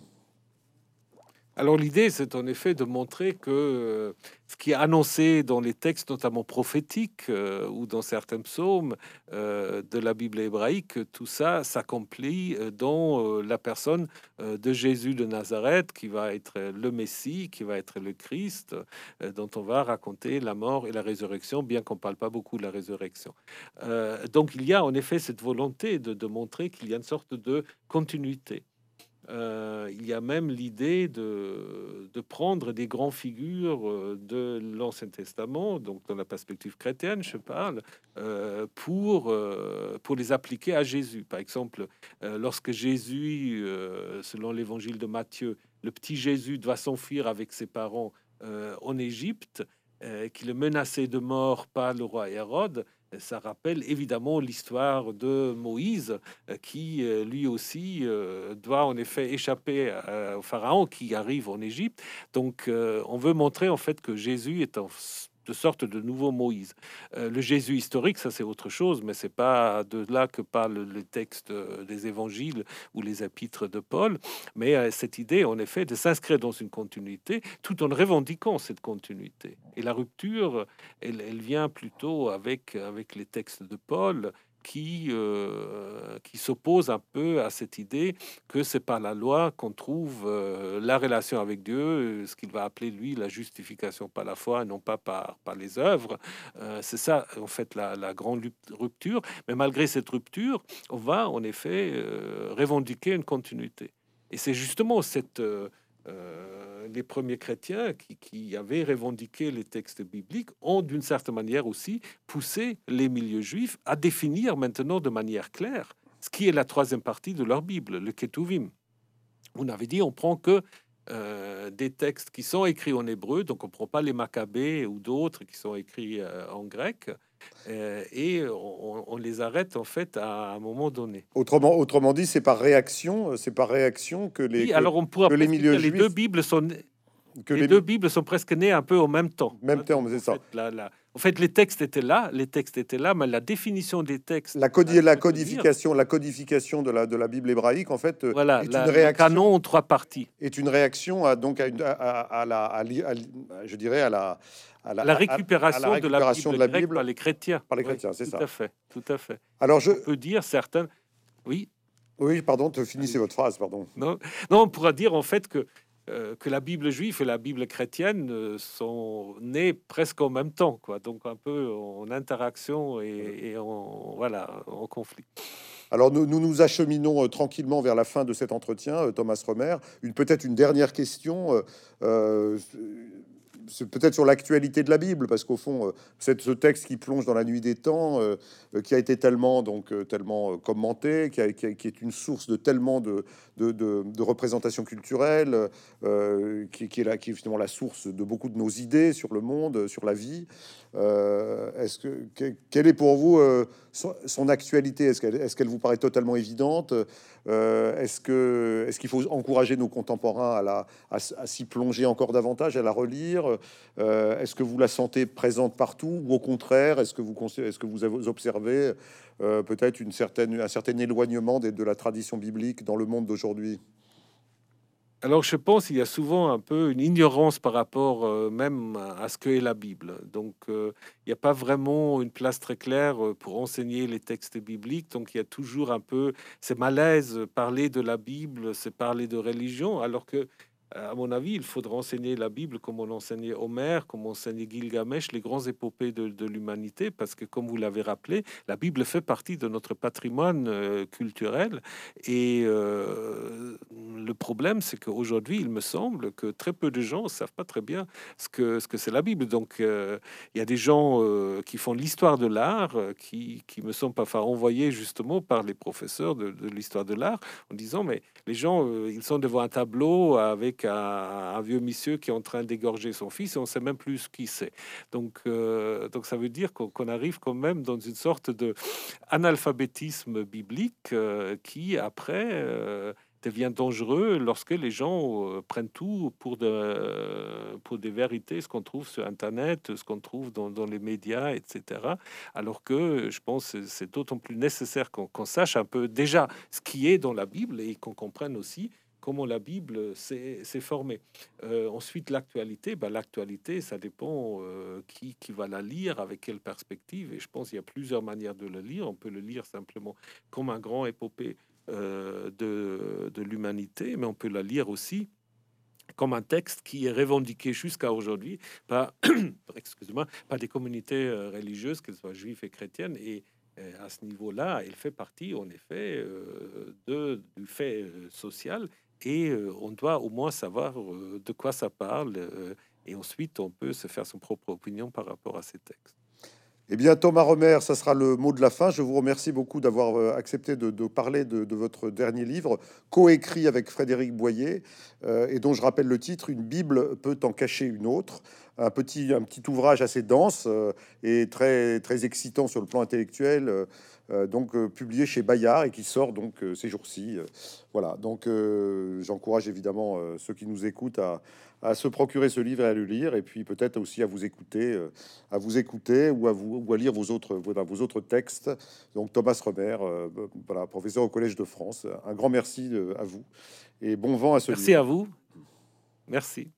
Alors l'idée, c'est en effet de montrer que euh, ce qui est annoncé dans les textes, notamment prophétiques euh, ou dans certains psaumes euh, de la Bible hébraïque, que tout ça s'accomplit euh, dans euh, la personne euh, de Jésus de Nazareth, qui va être le Messie, qui va être le Christ, euh, dont on va raconter la mort et la résurrection, bien qu'on ne parle pas beaucoup de la résurrection. Euh, donc il y a en effet cette volonté de, de montrer qu'il y a une sorte de continuité. Euh, il y a même l'idée de, de prendre des grandes figures euh, de l'Ancien Testament, donc dans la perspective chrétienne, je parle, euh, pour, euh, pour les appliquer à Jésus. Par exemple, euh, lorsque Jésus, euh, selon l'évangile de Matthieu, le petit Jésus doit s'enfuir avec ses parents euh, en Égypte, euh, qui le menaçait de mort par le roi Hérode, ça rappelle évidemment l'histoire de Moïse euh, qui euh, lui aussi euh, doit en effet échapper euh, au pharaon qui arrive en Égypte. Donc, euh, on veut montrer en fait que Jésus est en de sorte de nouveau Moïse. Euh, le Jésus historique, ça c'est autre chose, mais c'est pas de là que parlent les textes euh, des évangiles ou les épîtres de Paul. Mais euh, cette idée, en effet, de s'inscrire dans une continuité, tout en revendiquant cette continuité. Et la rupture, elle, elle vient plutôt avec avec les textes de Paul qui, euh, qui s'oppose un peu à cette idée que c'est par la loi qu'on trouve euh, la relation avec Dieu, euh, ce qu'il va appeler lui la justification par la foi, et non pas par, par les œuvres. Euh, c'est ça, en fait, la, la grande rupture. Mais malgré cette rupture, on va en effet euh, revendiquer une continuité. Et c'est justement cette, euh, euh, les premiers chrétiens qui, qui avaient revendiqué les textes bibliques ont d'une certaine manière aussi poussé les milieux juifs à définir maintenant de manière claire ce qui est la troisième partie de leur Bible, le Ketuvim. On avait dit, on prend que euh, des textes qui sont écrits en hébreu, donc on ne prend pas les Maccabées ou d'autres qui sont écrits euh, en grec, euh, et on, on les arrête en fait à un moment donné. Autrement, autrement dit, c'est par réaction, c'est par réaction que les, Oui, que, alors on pourra que les presque milieux dire les juifs, deux Bibles sont que les les deux Bibles sont presque nées un peu au même temps. même hein, terme, donc, c'est en ça. fait, la- la- en fait, les textes étaient là, les textes étaient là, mais la définition des textes, La, à codi- la retenir, codification, la codification de la, de la Bible hébraïque, en fait, euh, voilà, est la- une le canon réaction, en trois parties. est une réaction à, donc à, une- à, à- à la, à l'i- à l'i- je dirais à la, à la, La à- à la récupération de la récupération Bible de la grecque par Bible les chrétiens. par les Oui, chrétiens, c'est tout ça. à fait, tout à fait. Alors je, On peut dire certains. Oui, oui, pardon, te finissez allez-y. votre phrase, pardon. Non, non, on pourra dire en fait que, euh, que la Bible juive et la Bible chrétienne euh, sont nées presque en même temps, quoi. Donc un peu en interaction et, et en, voilà, en conflit. Alors nous nous, nous acheminons euh, tranquillement vers la fin de cet entretien, euh, Thomas Romer. Une peut-être une dernière question. euh, euh, c'est peut-être sur l'actualité de la Bible, parce qu'au fond, euh, c'est ce texte qui plonge dans la nuit des temps, euh, euh, qui a été tellement donc euh, tellement euh, commenté, qui, a- qui a- qui est une source de tellement de, de, de, de représentations culturelles, euh, qui, qui est là, qui est justement la source de beaucoup de nos idées sur le monde, sur la vie. Euh, est-ce que, que- quelle est pour vous euh, son, son actualité? Est-ce qu'elle est-ce qu'elle vous paraît totalement évidente? Euh, est-ce que est-ce qu'il faut encourager nos contemporains à la à, s- à s'y plonger encore davantage, à la relire? Euh, est-ce que vous la sentez présente partout, ou au contraire, est-ce que vous conse- est-ce que vous avez observé euh, peut-être une certaine un certain éloignement des- de la tradition biblique dans le monde d'aujourd'hui? Alors, je pense qu'il y a souvent un peu une ignorance par rapport euh, même à à ce que est la Bible. Donc, euh, il n'y a pas vraiment une place très claire euh, pour enseigner les textes bibliques. Donc, il y a toujours un peu ces malaises. Parler de la Bible, c'est parler de religion, alors que, à mon avis, il faudra enseigner la Bible comme on enseignait Homère, comme on enseignait Gilgamesh, les grands épopées de, de l'humanité, parce que, comme vous l'avez rappelé, la Bible fait partie de notre patrimoine euh, culturel. Et euh, le problème, c'est qu'aujourd'hui, il me semble que très peu de gens ne savent pas très bien ce que ce que c'est la Bible. Donc, euh, il y a des gens euh, qui font l'histoire de l'art, euh, qui, qui me sont parfois envoyés justement par les professeurs de, de l'histoire de l'art, en disant, mais les gens, euh, ils sont devant un tableau avec un, un vieux monsieur qui est en train d'égorger son fils et on ne sait même plus qui c'est. Donc, euh, donc ça veut dire qu'on qu'on arrive quand même dans une sorte de analphabétisme biblique euh, qui, après, euh, devient dangereux lorsque les gens euh, prennent tout pour, de, pour des vérités, ce qu'on trouve sur Internet, ce qu'on trouve dans, dans les médias, et cetera. Alors que je pense que c'est d'autant plus nécessaire qu'on qu'on sache un peu déjà ce qui est dans la Bible et qu'on comprenne aussi comment la Bible s'est s'est formée. Euh, ensuite, l'actualité, bah, l'actualité, ça dépend euh, qui, qui va la lire, avec quelle perspective. Et je pense qu'il y a plusieurs manières de le lire. On peut le lire simplement comme un grand épopée euh, de, de l'humanité, mais on peut la lire aussi comme un texte qui est revendiqué jusqu'à aujourd'hui par, excusez-moi, par des communautés euh, religieuses, qu'elles soient juives et chrétiennes. Et euh, à ce niveau-là, elle fait partie, en effet, euh, de, du fait euh, social. Et euh, on doit au moins savoir euh, de quoi ça parle. euh, et ensuite, on peut se faire son propre opinion par rapport à ces textes. Eh bien, Thomas Romer, ça sera le mot de la fin. Je vous remercie beaucoup d'avoir euh, accepté de, de parler de, de votre dernier livre, coécrit avec Frédéric Boyer, euh, et dont je rappelle le titre: Une Bible peut en cacher une autre. Un petit, un petit ouvrage assez dense euh, et très, très excitant sur le plan intellectuel, euh, euh, donc euh, publié chez Bayard et qui sort donc euh, ces jours-ci. Euh, voilà, donc euh, j'encourage évidemment euh, ceux qui nous écoutent à, à se procurer ce livre et à le lire, et puis peut-être aussi à vous écouter, euh, à vous écouter ou à vous ou à lire vos autres voilà, vos autres textes. Donc Thomas Romer, euh, voilà, professeur au Collège de France. Un grand merci euh, à vous et bon vent à ce Merci livre. à vous. Merci.